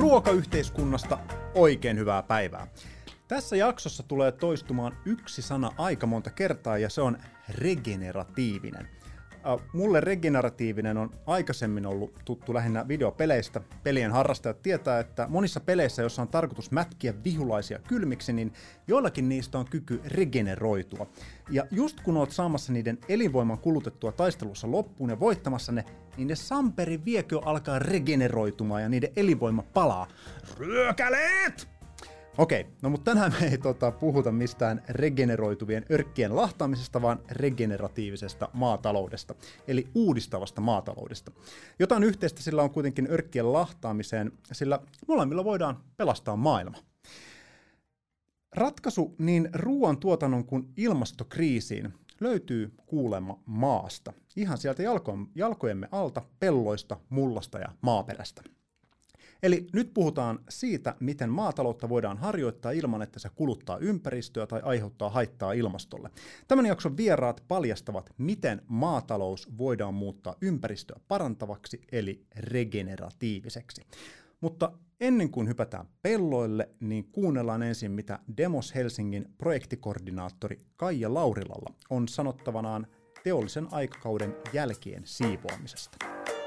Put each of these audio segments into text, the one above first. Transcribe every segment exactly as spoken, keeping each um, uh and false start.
ruokayhteiskunnasta oikein hyvää päivää. Tässä jaksossa tulee toistumaan yksi sana aika monta kertaa ja se on regeneratiivinen. Mulle regeneratiivinen on aikaisemmin ollut tuttu lähinnä videopeleistä. Pelien harrastajat tietää, että monissa peleissä, joissa on tarkoitus mätkiä vihulaisia kylmiksi, niin joillakin niistä on kyky regeneroitua. Ja just kun oot saamassa niiden elinvoiman kulutettua taistelussa loppuun ja voittamassa ne, niin ne Samperin viekö alkaa regeneroitumaan ja niiden elinvoima palaa. Ryökäleet! Okei, no mutta tänään me ei tota, puhuta mistään regeneroituvien örkkien lahtaamisesta, vaan regeneratiivisesta maataloudesta, eli uudistavasta maataloudesta. Jotain yhteistä sillä on kuitenkin örkkien lahtaamiseen, sillä molemmilla voidaan pelastaa maailma. Ratkaisu niin ruoantuotannon kuin ilmastokriisiin löytyy kuulemma maasta, ihan sieltä jalko- jalkojemme alta, pelloista, mullasta ja maaperästä. Eli nyt puhutaan siitä, miten maataloutta voidaan harjoittaa ilman, että se kuluttaa ympäristöä tai aiheuttaa haittaa ilmastolle. Tämän jakson vieraat paljastavat, miten maatalous voidaan muuttaa ympäristöä parantavaksi, eli regeneratiiviseksi. Mutta ennen kuin hypätään pelloille, niin kuunnellaan ensin, mitä Demos Helsingin projektikoordinaattori Kaija Laurilalla on sanottavanaan teollisen aikakauden jälkien siivoamisesta.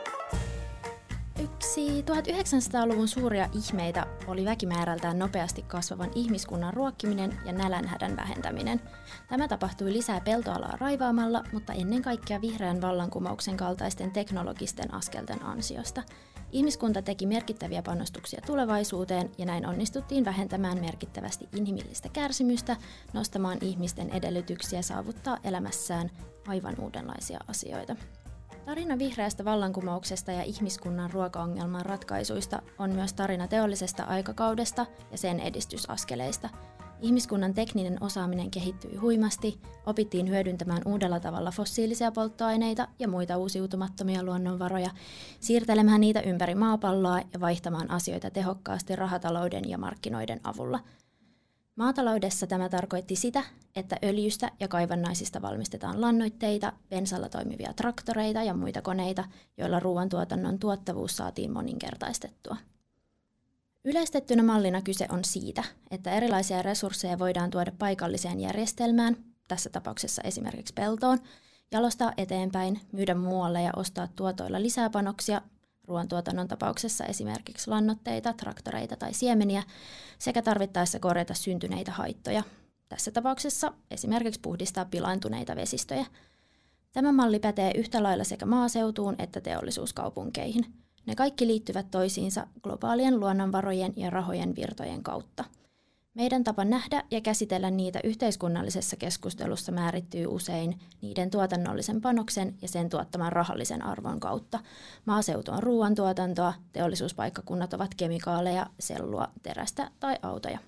Yksi tuhatyhdeksänsataaluvun suuria ihmeitä oli väkimäärältään nopeasti kasvavan ihmiskunnan ruokkiminen ja nälänhädän vähentäminen. Tämä tapahtui lisää peltoalaa raivaamalla, mutta ennen kaikkea vihreän vallankumouksen kaltaisten teknologisten askelten ansiosta. Ihmiskunta teki merkittäviä panostuksia tulevaisuuteen ja näin onnistuttiin vähentämään merkittävästi inhimillistä kärsimystä, nostamaan ihmisten edellytyksiä saavuttaa elämässään aivan uudenlaisia asioita. Tarina vihreästä vallankumouksesta ja ihmiskunnan ruokaongelman ratkaisuista on myös tarina teollisesta aikakaudesta ja sen edistysaskeleista. Ihmiskunnan tekninen osaaminen kehittyi huimasti, opittiin hyödyntämään uudella tavalla fossiilisia polttoaineita ja muita uusiutumattomia luonnonvaroja, siirtelemään niitä ympäri maapalloa ja vaihtamaan asioita tehokkaasti rahatalouden ja markkinoiden avulla. Maataloudessa tämä tarkoitti sitä, että öljystä ja kaivannaisista valmistetaan lannoitteita, bensalla toimivia traktoreita ja muita koneita, joilla ruoantuotannon tuottavuus saatiin moninkertaistettua. Yleistettynä mallina kyse on siitä, että erilaisia resursseja voidaan tuoda paikalliseen järjestelmään, tässä tapauksessa esimerkiksi peltoon, jalostaa eteenpäin, myydä muualle ja ostaa tuotoilla lisää panoksia, ruoantuotannon tapauksessa esimerkiksi lannoitteita, traktoreita tai siemeniä, sekä tarvittaessa korjata syntyneitä haittoja. Tässä tapauksessa esimerkiksi puhdistaa pilaantuneita vesistöjä. Tämä malli pätee yhtä lailla sekä maaseutuun että teollisuuskaupunkeihin. Ne kaikki liittyvät toisiinsa globaalien luonnonvarojen ja rahojen virtojen kautta. Meidän tapa nähdä ja käsitellä niitä yhteiskunnallisessa keskustelussa määrittyy usein niiden tuotannollisen panoksen ja sen tuottaman rahallisen arvon kautta. Maaseutu on ruoantuotantoa, teollisuuspaikkakunnat ovat kemikaaleja, sellua, terästä tai autoja.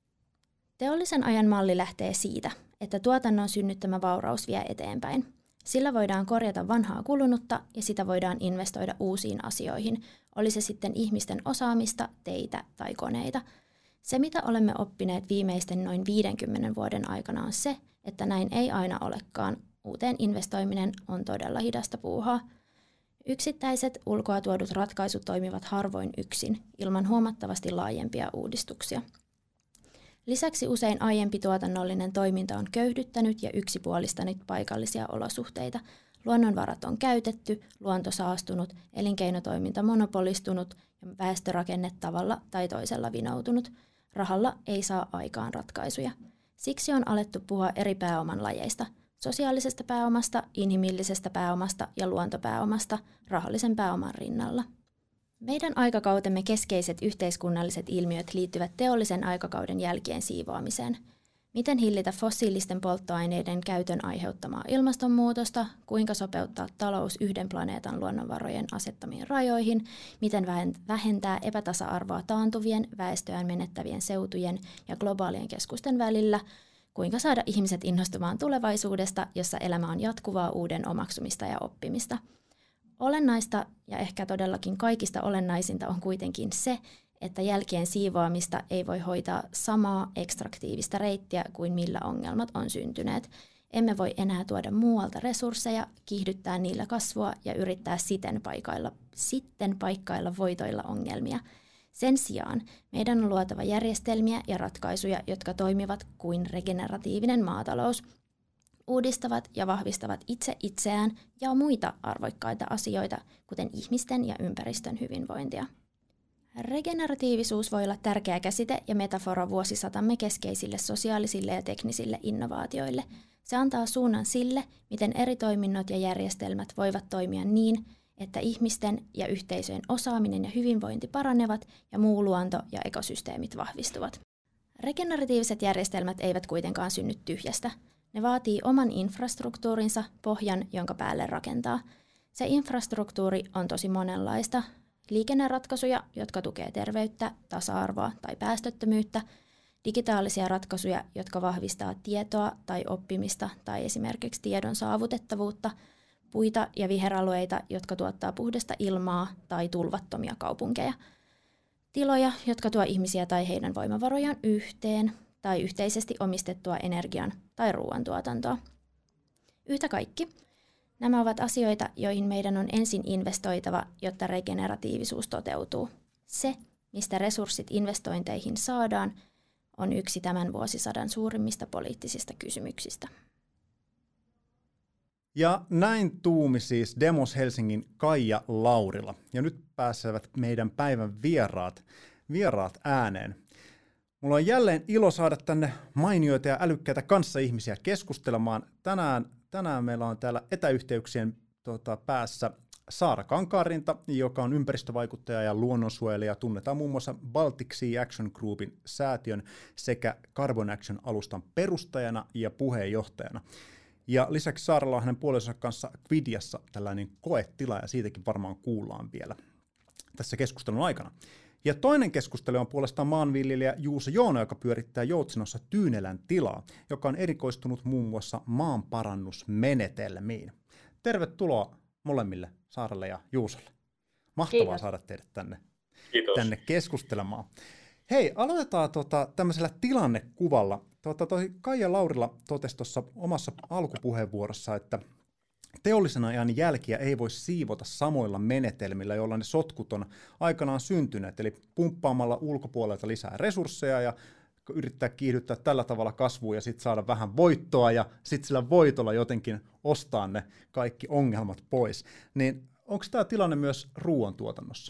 Teollisen ajan malli lähtee siitä, että tuotannon synnyttämä vauraus vie eteenpäin. Sillä voidaan korjata vanhaa kulunutta ja sitä voidaan investoida uusiin asioihin, oli se sitten ihmisten osaamista, teitä tai koneita. Se, mitä olemme oppineet viimeisten noin viidenkymmenen vuoden aikana, on se, että näin ei aina olekaan. Uuteen investoiminen on todella hidasta puuhaa. Yksittäiset ulkoa tuodut ratkaisut toimivat harvoin yksin, ilman huomattavasti laajempia uudistuksia. Lisäksi usein aiempi tuotannollinen toiminta on köyhdyttänyt ja yksipuolistanut paikallisia olosuhteita. Luonnonvarat on käytetty, luonto saastunut, elinkeinotoiminta monopolistunut ja väestörakenne tavalla tai toisella vinoutunut. Rahalla ei saa aikaan ratkaisuja. Siksi on alettu puhua eri pääoman lajeista, sosiaalisesta pääomasta, inhimillisestä pääomasta ja luontopääomasta rahallisen pääoman rinnalla. Meidän aikakautemme keskeiset yhteiskunnalliset ilmiöt liittyvät teollisen aikakauden jälkien siivoamiseen. Miten hillitä fossiilisten polttoaineiden käytön aiheuttamaa ilmastonmuutosta, kuinka sopeuttaa talous yhden planeetan luonnonvarojen asettamiin rajoihin, miten vähentää epätasa-arvoa taantuvien, väestöään menettävien seutujen ja globaalien keskusten välillä, kuinka saada ihmiset innostumaan tulevaisuudesta, jossa elämä on jatkuvaa uuden omaksumista ja oppimista. Olennaista ja ehkä todellakin kaikista olennaisinta on kuitenkin se, että jälkien siivoamista ei voi hoitaa samaa ekstraktiivista reittiä kuin millä ongelmat on syntyneet. Emme voi enää tuoda muualta resursseja, kiihdyttää niillä kasvua ja yrittää siten paikkailla, sitten paikkailla voitoilla ongelmia. Sen sijaan meidän on luotava järjestelmiä ja ratkaisuja, jotka toimivat kuin regeneratiivinen maatalous, uudistavat ja vahvistavat itse itseään ja muita arvokkaita asioita, kuten ihmisten ja ympäristön hyvinvointia. Regeneratiivisuus voi olla tärkeä käsite ja metafora vuosisatamme keskeisille sosiaalisille ja teknisille innovaatioille. Se antaa suunnan sille, miten eri toiminnot ja järjestelmät voivat toimia niin, että ihmisten ja yhteisöjen osaaminen ja hyvinvointi paranevat ja muu luonto ja ekosysteemit vahvistuvat. Regeneratiiviset järjestelmät eivät kuitenkaan synny tyhjästä. Ne vaatii oman infrastruktuurinsa, pohjan, jonka päälle rakentaa. Se infrastruktuuri on tosi monenlaista. Liikenneratkaisuja, jotka tukee terveyttä, tasa-arvoa tai päästöttömyyttä, digitaalisia ratkaisuja, jotka vahvistaa tietoa tai oppimista tai esimerkiksi tiedon saavutettavuutta, puita ja viheralueita, jotka tuottaa puhdasta ilmaa tai tulvattomia kaupunkeja, tiloja, jotka tuo ihmisiä tai heidän voimavarojaan yhteen, tai yhteisesti omistettua energian tai ruoantuotantoa. Yhtä kaikki, nämä ovat asioita, joihin meidän on ensin investoitava, jotta regeneratiivisuus toteutuu. Se, mistä resurssit investointeihin saadaan, on yksi tämän vuosisadan suurimmista poliittisista kysymyksistä. Ja näin tuumi siis Demos Helsingin Kaija Laurila. Ja nyt pääsevät meidän päivän vieraat, vieraat ääneen. Mulla on jälleen ilo saada tänne mainioita ja älykkäitä kanssaihmisiä keskustelemaan. Tänään, tänään meillä on täällä etäyhteyksien tota, päässä Saara Kankaarinta, joka on ympäristövaikuttaja ja luonnonsuojelija. Tunnetaan muun muassa Baltic Sea Action Groupin säätiön sekä Carbon Action-alustan perustajana ja puheenjohtajana. Ja lisäksi Saaralla on hänen puolisonsa kanssa Quidiassa tällainen koetila, ja siitäkin varmaan kuullaan vielä tässä keskustelun aikana. Ja toinen keskustelu on puolestaan maanviljelijä Juuso Joona, joka pyörittää Joutsenossa Tyynelän tilaa, joka on erikoistunut muun muassa maanparannusmenetelmiin. Tervetuloa molemmille, Saaralle ja Juusolle. Mahtavaa Kiitos. Saada teidät tänne, tänne keskustelemaan. Hei, aloitetaan tota, tämmöisellä tilannekuvalla. Tota, toi Kaija Laurila totesi tuossa omassa alkupuheenvuorossa, että teollisen ajan jälkiä ei voi siivota samoilla menetelmillä, joilla ne sotkut on aikanaan syntyneet, eli pumppaamalla ulkopuolelta lisää resursseja ja yrittää kiihdyttää tällä tavalla kasvua ja sitten saada vähän voittoa ja sitten sillä voitolla jotenkin ostaa ne kaikki ongelmat pois. Niin onko tämä tilanne myös ruoantuotannossa?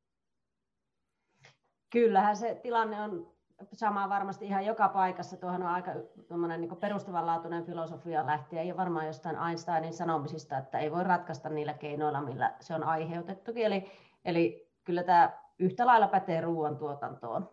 Kyllähän se tilanne on sama varmasti ihan joka paikassa. Tuohon on aika niin perustavanlaatuinen filosofia lähtien ja varmaan jostain Einsteinin sanomisista, että ei voi ratkaista niillä keinoilla, millä se on aiheutettukin. Eli, eli kyllä tämä yhtä lailla pätee ruoantuotantoon.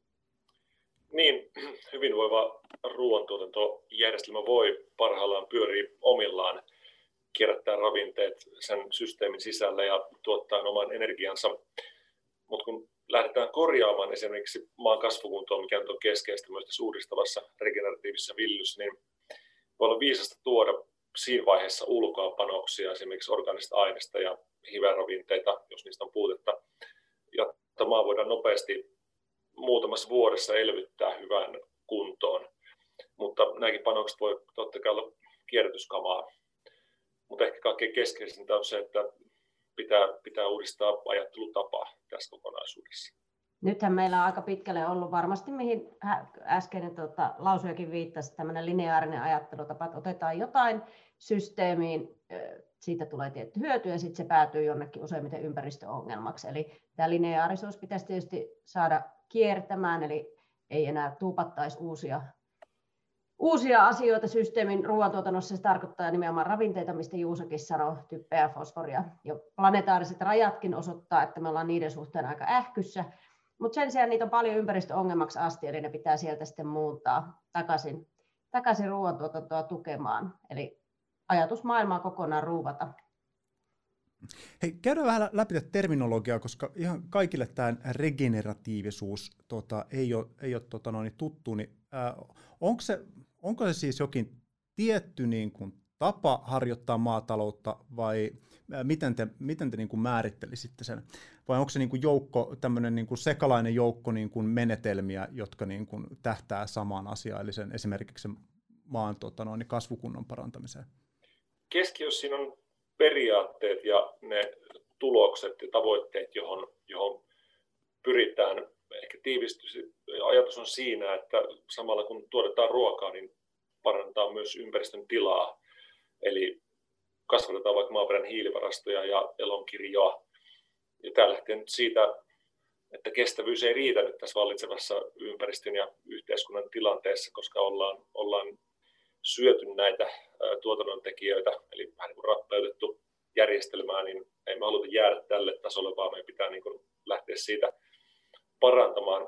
Niin, hyvinvoiva ruoantuotantojärjestelmä voi parhaillaan pyöriä omillaan, kierrättää ravinteet sen systeemin sisällä ja tuottaa oman energiansa. Mutta kun lähdetään korjaamaan esimerkiksi maan kasvukuntoa, mikä on keskeistä myös tässä uudistavassa regeneratiivisessa viljelyssä, niin voi olla viisasta tuoda siinä vaiheessa ulkoa panoksia, esimerkiksi orgaanista aineista ja hiveravinteita, jos niistä on puutetta, jotta maa voidaan nopeasti muutamassa vuodessa elvyttää hyvään kuntoon. Mutta nämäkin panokset voi totta kai olla kierrätyskamaa. Mutta ehkä kaikkein keskeisintä on se, että pitää, pitää uudistaa ajattelutapaa tässä kokonaisuudessa. Nythän meillä on aika pitkälle ollut varmasti, mihin äskeinen tuota, lausujakin viittasi, tämmöinen lineaarinen ajattelutapa, että otetaan jotain systeemiin, siitä tulee tietty hyöty ja sitten se päätyy jonnekin useimmiten ympäristöongelmaksi. Eli tämä lineaarisuus pitäisi tietysti saada kiertämään, eli ei enää tuupattaisi uusia, uusia asioita systeemin ruoantuotannossa. Se tarkoittaa nimenomaan ravinteita, mistä Juusokin sanoi, typpeä, fosforia. Ja planetaariset rajatkin osoittaa, että me ollaan niiden suhteen aika ähkyssä. Mutta sen sijaan niitä on paljon ympäristöongelmaksi asti, eli ne pitää sieltä sitten muuntaa takaisin, takaisin ruoantuotantoa tukemaan. Eli ajatusmaailmaa kokonaan ruuvata. Hei, käydään vähän läpi tätä terminologiaa, koska ihan kaikille tämä regeneratiivisuus tota, ei ole, ei ole tota, noin, tuttu. Niin, äh, onko, se, onko se siis jokin tietty niin kuin, tapa harjoittaa maataloutta vai äh, miten te, miten te niin kuin määrittelisitte sen? Vai onko se niin kuin joukko, tämmöinen niin kuin sekalainen joukko niin kuin menetelmiä, jotka niin kuin tähtää samaan asiaan, eli sen, esimerkiksi sen maan tota, noin, kasvukunnan parantamiseen? Keskiössä siinä on periaatteet ja ne tulokset ja tavoitteet, johon, johon pyritään, ehkä tiivistys, ajatus on siinä, että samalla kun tuotetaan ruokaa, niin parannetaan myös ympäristön tilaa. Eli kasvatetaan vaikka maaperän hiilivarastoja ja elonkirjoa. Ja tämä lähtee nyt siitä, että kestävyys ei riitä nyt tässä vallitsevassa ympäristön ja yhteiskunnan tilanteessa, koska ollaan, ollaan syöty näitä tuotannon tekijöitä, eli vähän niin kuin rappeutettu järjestelmää, niin ei me haluta jäädä tälle tasolle, vaan meidän pitää niin kuin lähteä siitä parantamaan.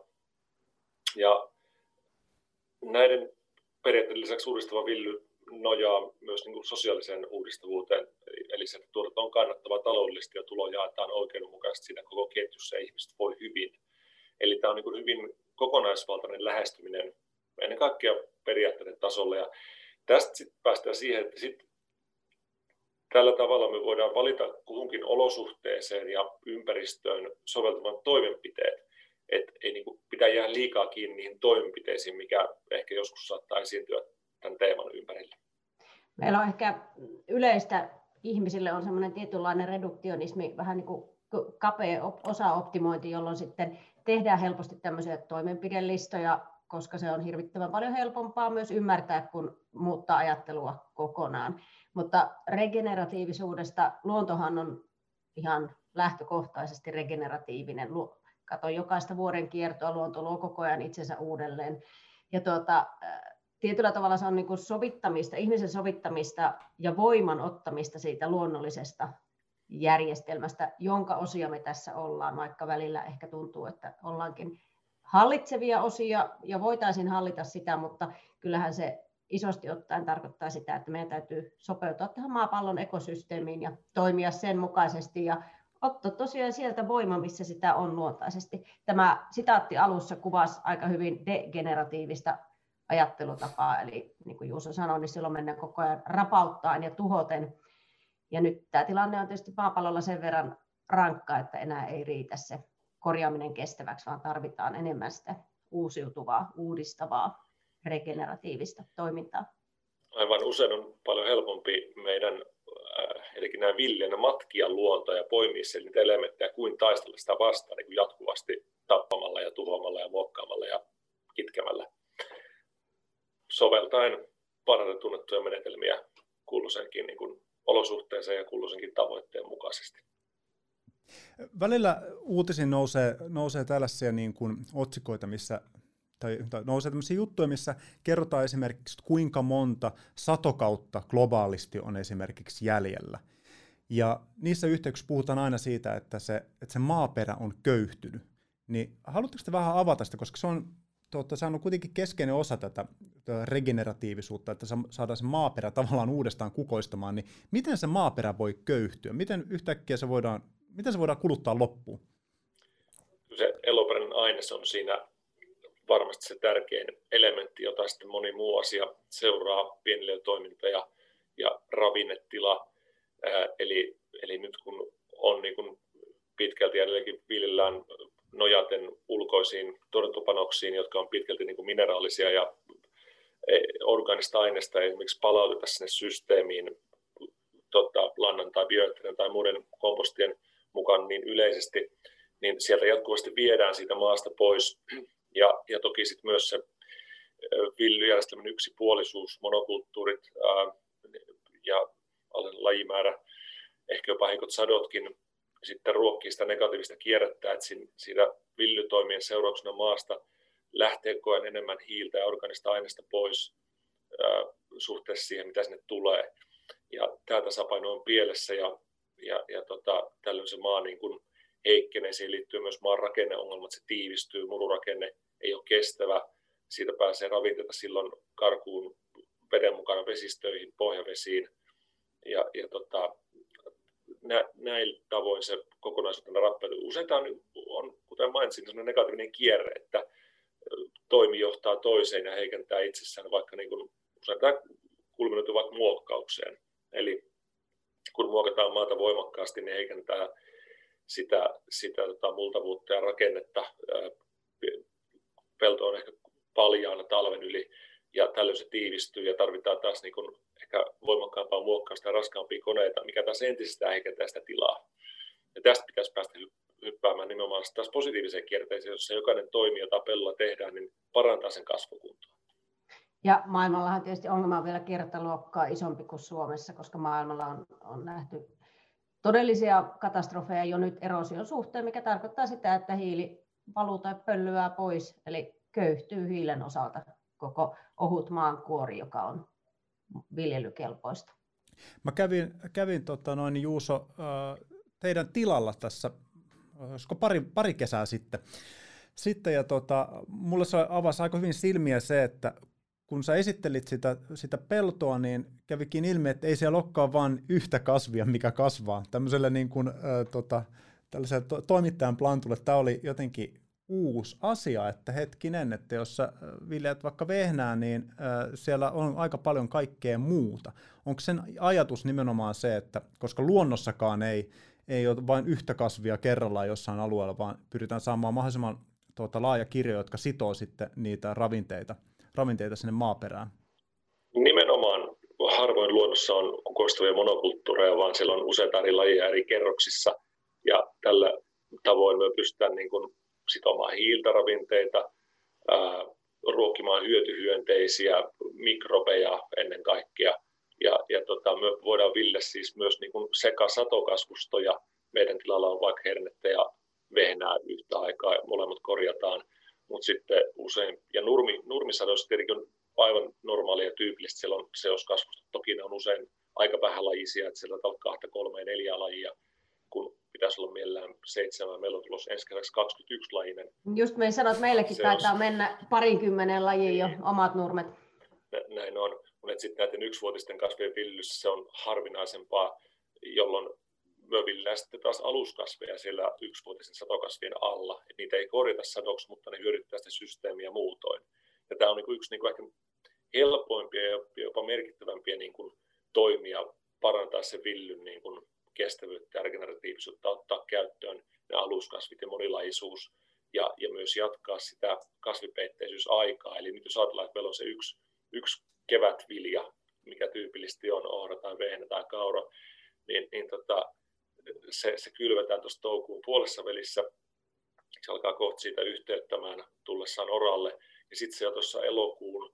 Ja näiden periaatteiden lisäksi uudistava villy nojaa myös niin kuin sosiaaliseen uudistavuuteen, eli se, että tuotanto on kannattavaa taloudellisesti ja tulo jaetaan oikeudenmukaisesti siinä koko ketjussa ja ihmiset voi hyvin. Eli tämä on niin kuin hyvin kokonaisvaltainen lähestyminen ennen kaikkea periaatteiden tasolla. Ja tästä sitten päästään siihen, että sit tällä tavalla me voidaan valita kuhunkin olosuhteeseen ja ympäristöön soveltuvan toimenpiteet. Että ei niin kuin pitää jäädä liikaa kiinni niihin toimenpiteisiin, mikä ehkä joskus saattaa esiintyä tämän teeman ympärillä. Meillä on ehkä yleistä ihmisille on semmoinen tietynlainen reduktionismi, vähän niin kuin kapea osaoptimointi, jolloin sitten tehdään helposti tämmöisiä toimenpidelistoja, koska se on hirvittävän paljon helpompaa myös ymmärtää, kun muuttaa ajattelua kokonaan. Mutta regeneratiivisuudesta luontohan on ihan lähtökohtaisesti regeneratiivinen. Kato jokaista vuoden kiertoa, luonto luo koko ajan itsensä uudelleen. Ja tuota, tietyllä tavalla se on niin kuin sovittamista, ihmisen sovittamista ja voiman ottamista siitä luonnollisesta järjestelmästä, jonka osia me tässä ollaan, vaikka välillä ehkä tuntuu, että ollaankin hallitsevia osia ja voitaisiin hallita sitä, mutta kyllähän se isosti ottaen tarkoittaa sitä, että meidän täytyy sopeutua tähän maapallon ekosysteemiin ja toimia sen mukaisesti ja ottaa tosiaan sieltä voima, missä sitä on luontaisesti. Tämä sitaatti alussa kuvasi aika hyvin degeneratiivista ajattelutapaa, eli niin kuin Juuso sanoi, niin silloin mennään koko ajan rapauttaen ja tuhoten. Ja nyt tämä tilanne on tietysti maapallolla sen verran rankka, että enää ei riitä se korjaaminen kestäväksi, vaan tarvitaan enemmän sitä uusiutuvaa, uudistavaa, regeneratiivista toimintaa. Aivan usein on paljon helpompi meidän, äh, eli nämä villiä matkia luontoa ja poimia siellä niitä elementtejä kuin taistella sitä vastaan niin kuin jatkuvasti tappamalla ja tuhoamalla ja muokkaamalla ja kitkemällä. Soveltaen parhaiten tunnettuja menetelmiä kulloisenkin niin kuin olosuhteeseen ja kulloisenkin tavoitteen mukaisesti. Välillä uutisiin nousee, nousee tällaisia niin kuin otsikoita, missä, tai, tai nousee tämmöisiä juttuja, missä kerrotaan esimerkiksi, kuinka monta satokautta globaalisti on esimerkiksi jäljellä. Ja niissä yhteyksissä puhutaan aina siitä, että se, että se maaperä on köyhtynyt. Niin haluatteko te vähän avata sitä, koska se on, tuota, se on kuitenkin keskeinen osa tätä, tätä regeneratiivisuutta, että saadaan se maaperä tavallaan uudestaan kukoistamaan, niin miten se maaperä voi köyhtyä? Miten yhtäkkiä se voidaan Miten se voidaan kuluttaa loppuun? Se eloperäinen aines on siinä varmasti se tärkein elementti, jota sitten moni muu asia seuraa, pieneliötoiminta ja, ja ravinnetila. Ää, eli, eli nyt kun on niin kuin pitkälti edelleenkin viljellään nojaten ulkoisiin torjuntapanoksiin, jotka on pitkälti niin kuin mineraalisia ja orgaanista aineista ei esimerkiksi palauteta sinne systeemiin tota, lannan tai bioetteiden tai muiden kompostien mukaan niin yleisesti, niin sieltä jatkuvasti viedään siitä maasta pois. Ja, ja toki sitten myös se villyjärjestelmän yksipuolisuus, monokulttuurit ää, ja lajimäärä, ehkä jopa heikot sadotkin, sitten ruokkii sitä negatiivista kierrettä, että siitä villytoimien seurauksena maasta lähtee koko ajan enemmän hiiltä ja organista aineesta pois ää, suhteessa siihen, mitä sinne tulee. Ja tämä tasapaino on pielessä ja, ja, ja tota, tällöin se maa niin kuin heikkenee. Siihen liittyy myös maan rakenneongelmat, se tiivistyy, mururakenne ei ole kestävä. Siitä pääsee ravinteita silloin karkuun veden mukana vesistöihin, pohjavesiin. Ja, ja tota, nä, näin tavoin se kokonaisuutena rappeutuu. Usein tämä on, on, kuten mainitsin, sellainen negatiivinen kierre, että toimi johtaa toiseen ja heikentää itsessään, vaikka niin kuin, usein tämä kulminoituu vaikka muokkaukseen. Eli kun muokataan maata voimakkaasti, niin heikentää sitä, sitä tota, multavuutta ja rakennetta. Pelto on ehkä paljaana talven yli ja tällöin se tiivistyy ja tarvitaan taas niin kuin ehkä voimakkaampaa muokkausta ja raskaampia koneita, mikä taas entisestään heikentää sitä tilaa. Ja tästä pitäisi päästä hyppäämään nimenomaan taas positiiviseen kierteeseen, jossa jokainen toimi, jota pellolla tehdään, niin parantaa sen kasvukuntoa. Ja maailmallahan tietysti ongelma on vielä kertaluokkaa isompi kuin Suomessa, koska maailmalla on, on nähty todellisia katastrofeja jo nyt eroosion suhteen, mikä tarkoittaa sitä, että hiili valuu tai pöllyää pois, eli köyhtyy hiilen osalta koko ohut maankuori, joka on viljelykelpoista. Mä kävin, kävin tota noin, Juuso, teidän tilalla tässä, olisiko pari, pari kesää sitten, sitten ja tota, mulle se avasi aika hyvin silmiä se, että kun sä esittelit sitä, sitä peltoa, niin kävikin ilmi, että ei siellä olekaan vain yhtä kasvia, mikä kasvaa. Tämmöiselle niin kuin, äh, tota, tällaiselle to- toimittajan plantulle tämä oli jotenkin uusi asia, että hetkinen, että jos sä viljät vaikka vehnää, niin äh, siellä on aika paljon kaikkea muuta. Onko sen ajatus nimenomaan se, että koska luonnossakaan ei, ei ole vain yhtä kasvia kerrallaan jossain alueella, vaan pyritään saamaan mahdollisimman tuota, laaja kirjo, jotka sitoo sitten niitä ravinteita, ravinteita sinne maaperään? Nimenomaan harvoin luonnossa on kukoistavia monokulttuureja, vaan siellä on useita eri lajeja eri kerroksissa. Ja tällä tavoin me pystytään niin kuin sitomaan hiiltä, ravinteita, ää, ruokkimaan hyötyhyönteisiä, mikrobeja ennen kaikkea. Ja, ja tota, me voidaan viljellä siis myös niin kuin sekasatokasvustoja. Meidän tilalla on vaikka hernettä ja vehnää yhtä aikaa, ja molemmat korjataan. Mutta sitten usein, ja nurmi, nurmisadoissa tietenkin on aivan normaalia ja tyypillistä, siellä on seoskasvustot, toki ne on usein aika vähälajisia, että siellä on kahta, kolme, neljä lajia, kun pitäisi olla mielellään seitsemän, meillä on tulossa ensi kesäksi kaksikymmentäyksi lajinen. Just me sanoin, että meilläkin seos. Taitaa mennä parinkymmeneen lajiin jo omat nurmet. Näin on, mutta sitten näiden yksivuotisten kasvien viljelyssä se on harvinaisempaa, jolloin me viljellään sitten taas aluskasveja siellä yksivuotisen satokasvien alla. Et niitä ei korjata sadoksi, mutta ne hyödyttää sitä systeemiä muutoin. Ja tämä on niinku yksi niinku ehkä helpoimpia ja jopa merkittävämpiä niinku toimia parantaa se villyn niinku kestävyyttä ja regeneratiivisuutta, ottaa käyttöön ne aluskasvit ja monilajisuus ja, ja myös jatkaa sitä kasvipeitteisyyisaikaa. Eli nyt jos ajatellaan, että meillä on se yksi, yksi kevätvilja, mikä tyypillisesti on ohra tai vehnä tai kaura, niin, niin tota, se, se kylvetään tuossa toukokuun puolessa välissä. Se alkaa kohta siitä yhteyttämään tullessaan oralle. Ja sitten se jo tuossa elokuun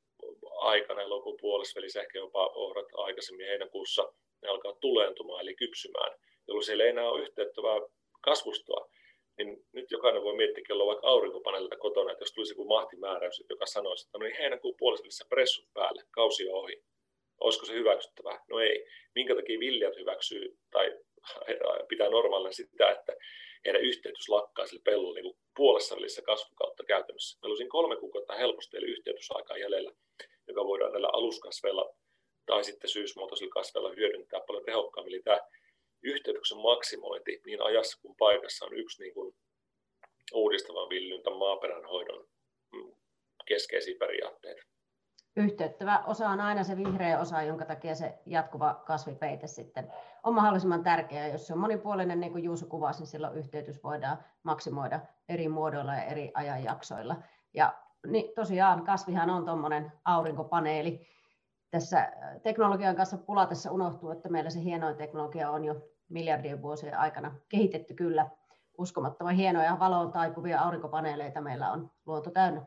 aikana, elokuun puolessa välissä, ehkä jopa ohrat aikaisemmin heinäkuussa, ne alkaa tuleentumaan eli kypsymään, jolloin siellä ei enää ole yhteyttävää kasvustoa. Niin nyt jokainen voi miettiä, kello on vaikka aurinkopaneelilta kotona, että jos tulisi joku mahtimääräys, joka sanoisi, että no niin heinäkuun puolessa välissä pressut päälle, kausi on ohi. Olisiko se hyväksyttävää? No ei. Minkä takia viljat hyväksyy tai pitää normaalina sitä, että heidän yhteytys lakkaa sille pellolle niin puolessa välissä kasvukautta käytännössä. Meillä on siinä kolme kuukautta helposti eli yhteytysaikaa jäljellä, joka voidaan näillä aluskasveilla tai sitten syysmuotoisilla kasveilla hyödyntää paljon tehokkaammin. Eli tämä yhteytyksen maksimointi niin ajassa kuin paikassa on yksi niin kuin uudistavan viljyn tai maaperän hoidon keskeisiä periaatteita. Yhteyttävä osa on aina se vihreä osa, jonka takia se jatkuva kasvipeite sitten on mahdollisimman tärkeä. Jos se on monipuolinen, niin kuin Juuso kuvasi, niin silloin yhteytys voidaan maksimoida eri muodoilla ja eri ajanjaksoilla. Ja niin, tosiaan kasvihan on tuommoinen aurinkopaneeli. Tässä teknologian kanssa pulatessa unohtuu, että meillä se hienoin teknologia on jo miljardien vuosien aikana kehitetty kyllä. Uskomattoman hienoja valoon taipuvia aurinkopaneeleita meillä on luonto täynnä.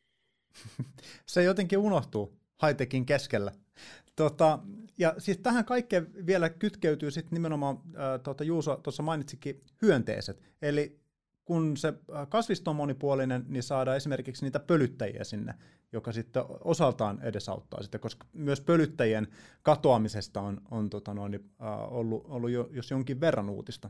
Se jotenkin unohtuu high-techin keskellä. Tota, ja siis tähän kaikkeen vielä kytkeytyy sitten nimenomaan, ää, tuota, Juuso tuossa mainitsikin hyönteiset. Eli kun se kasvisto on monipuolinen, niin saadaan esimerkiksi niitä pölyttäjiä sinne, joka sitten osaltaan edesauttaa sitä, koska myös pölyttäjien katoamisesta on, on tota noin, äh, ollut, ollut jo, jos jonkin verran uutista.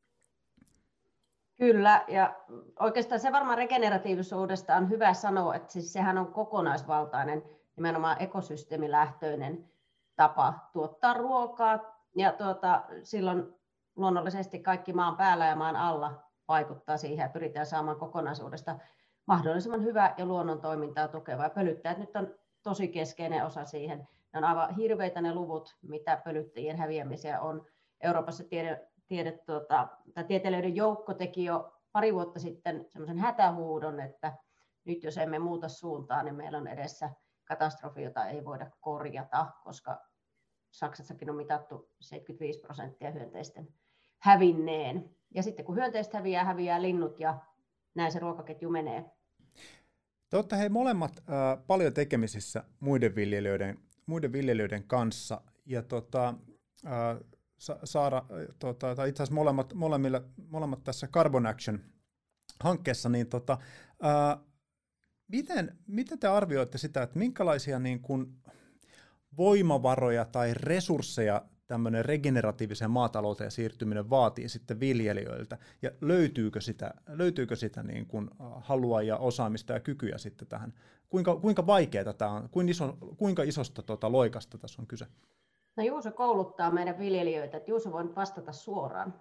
Kyllä, ja oikeastaan se varmaan regeneratiivisuudesta on hyvä sanoa, että siis sehän on kokonaisvaltainen, nimenomaan ekosysteemilähtöinen tapa tuottaa ruokaa, ja tuota, silloin luonnollisesti kaikki maan päällä ja maan alla vaikuttaa siihen, ja pyritään saamaan kokonaisuudesta mahdollisimman hyvä ja luonnon toimintaa tukeva. Ja pölyttäjät nyt on tosi keskeinen osa siihen. Ne on aivan hirveitä ne luvut, mitä pölyttäjien häviämisiä on. Euroopassa tiede, tiede, tuota, tai tieteilijöiden joukko teki jo pari vuotta sitten semmoisen hätähuudon, että nyt jos emme muuta suuntaa, niin meillä on edessä katastrofi, jota ei voida korjata, koska Saksassakin on mitattu seitsemänkymmentäviisi prosenttia hyönteisten hävinneen. Ja sitten kun hyönteiset häviää, häviää linnut ja näin se ruokaketju menee. Te olette hei molemmat äh, paljon tekemisissä muiden viljelijöiden, muiden viljelijöiden kanssa. Ja tota, äh, Saara, tota, tai itse asiassa molemmat, molemmille, molemmat tässä Carbon Action-hankkeessa, niin tota, ää, miten, miten te arvioitte sitä, että minkälaisia niin kuin voimavaroja tai resursseja tämmöinen regeneratiiviseen maatalouteen siirtyminen vaatii sitten viljelijöiltä, ja löytyykö sitä, löytyykö sitä niin kuin halua ja osaamista ja kykyjä sitten tähän? Kuinka, kuinka vaikeaa tämä on? Kuinka, iso, kuinka isosta tota, loikasta tässä on kyse? No Juuso kouluttaa meidän viljelijöitä, että Juuso voi vastata suoraan.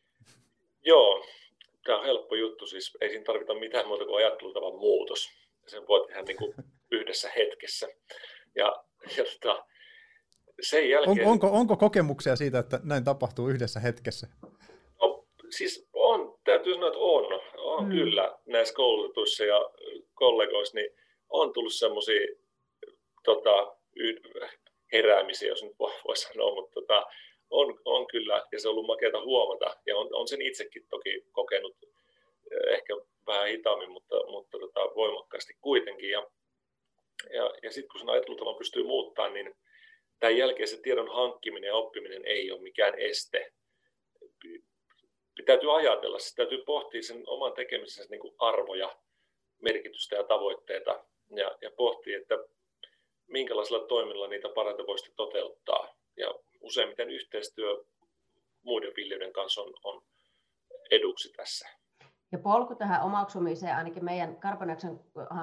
Joo, tämä on helppo juttu, siis ei siinä tarvita mitään muuta kuin ajattelutavan muutos. Sen voi tehdä niin kuin yhdessä hetkessä. Ja, ja tota, sen jälkeen... On, onko, onko kokemuksia siitä, että näin tapahtuu yhdessä hetkessä? No, siis on, täytyy sanoa, että on. On mm. kyllä näissä koulutuissa ja kollegoissa, niin on tullut semmoisia tota, heräämisiä, jos nyt voi sanoa, mutta tota, on, on kyllä, ja se on ollut makeata huomata, ja on, on sen itsekin toki kokenut ehkä vähän hitaammin, mutta, mutta tota, voimakkaasti kuitenkin. Ja, ja, ja sitten kun sen ajattelutavan pystyy muuttamaan, niin tämän jälkeen se tiedon hankkiminen ja oppiminen ei ole mikään este. Täytyy ajatella, se täytyy pohtia sen oman tekemisensä niin kuin arvoja, merkitystä ja tavoitteita, ja, ja pohtia, että minkälaisilla toimilla niitä parhaiten voisi toteuttaa. Ja useimmiten yhteistyö muiden viljelijöiden kanssa on, on eduksi tässä. Ja polku tähän omaksumiseen ainakin meidän Carbon Action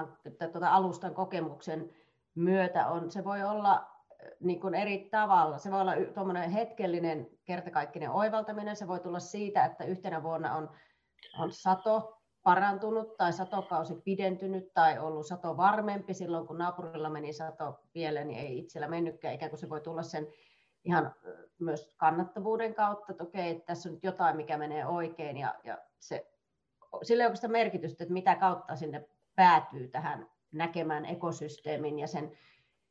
tuota alustan kokemuksen myötä on, se voi olla niin kuin eri tavalla. Se voi olla tuommoinen hetkellinen kertakaikkinen oivaltaminen. Se voi tulla siitä, että yhtenä vuonna on, on sato parantunut tai satokausi pidentynyt tai ollut sato varmempi. Silloin kun naapurilla meni sato pieleen, niin ei itsellä mennytkään. Ikään kuin se voi tulla sen ihan myös kannattavuuden kautta, että okei, että tässä on nyt jotain, mikä menee oikein. Ja, ja se, sillä ei ole sitä merkitystä, että mitä kautta sinne päätyy tähän näkemään ekosysteemin ja sen,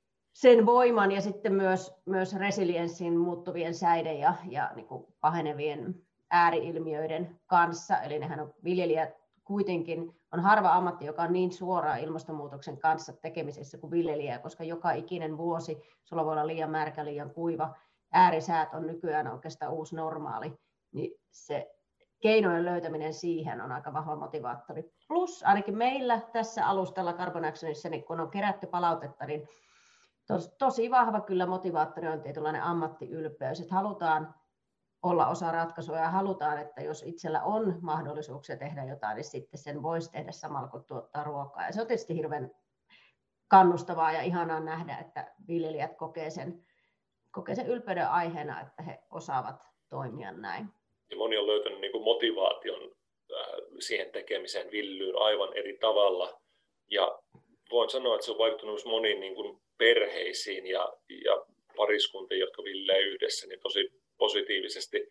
sen voiman ja sitten myös, myös resilienssin muuttuvien säiden ja, ja niin kuin pahenevien ääriilmiöiden kanssa. Eli nehän on viljelijät kuitenkin, on harva ammatti, joka on niin suoraan ilmastonmuutoksen kanssa tekemisessä kuin viljelijä, koska joka ikinen vuosi sulla voi olla liian märkä, liian kuiva, äärisäät on nykyään oikeastaan uusi normaali, niin se keinojen löytäminen siihen on aika vahva motivaattori. Plus ainakin meillä tässä alustalla Carbon Actionissa, niin kun on kerätty palautetta, niin tos, tosi vahva kyllä motivaattori on tietynlainen ammattiylpeys, että halutaan olla osa ratkaisua ja halutaan, että jos itsellä on mahdollisuuksia tehdä jotain, niin sitten sen voisi tehdä samalla kuin tuottaa ruokaa. Ja se on tietysti hirveän kannustavaa ja ihanaa nähdä, että viljelijät kokee sen, kokee sen ylpeyden aiheena, että he osaavat toimia näin. Ja moni on löytänyt niin kuin motivaation äh, siihen tekemiseen villyyn aivan eri tavalla. Ja voin sanoa, että se on vaikuttanut myös moniin niin kuin perheisiin ja, ja pariskuntiin, jotka viljelee yhdessä, niin tosi positiivisesti.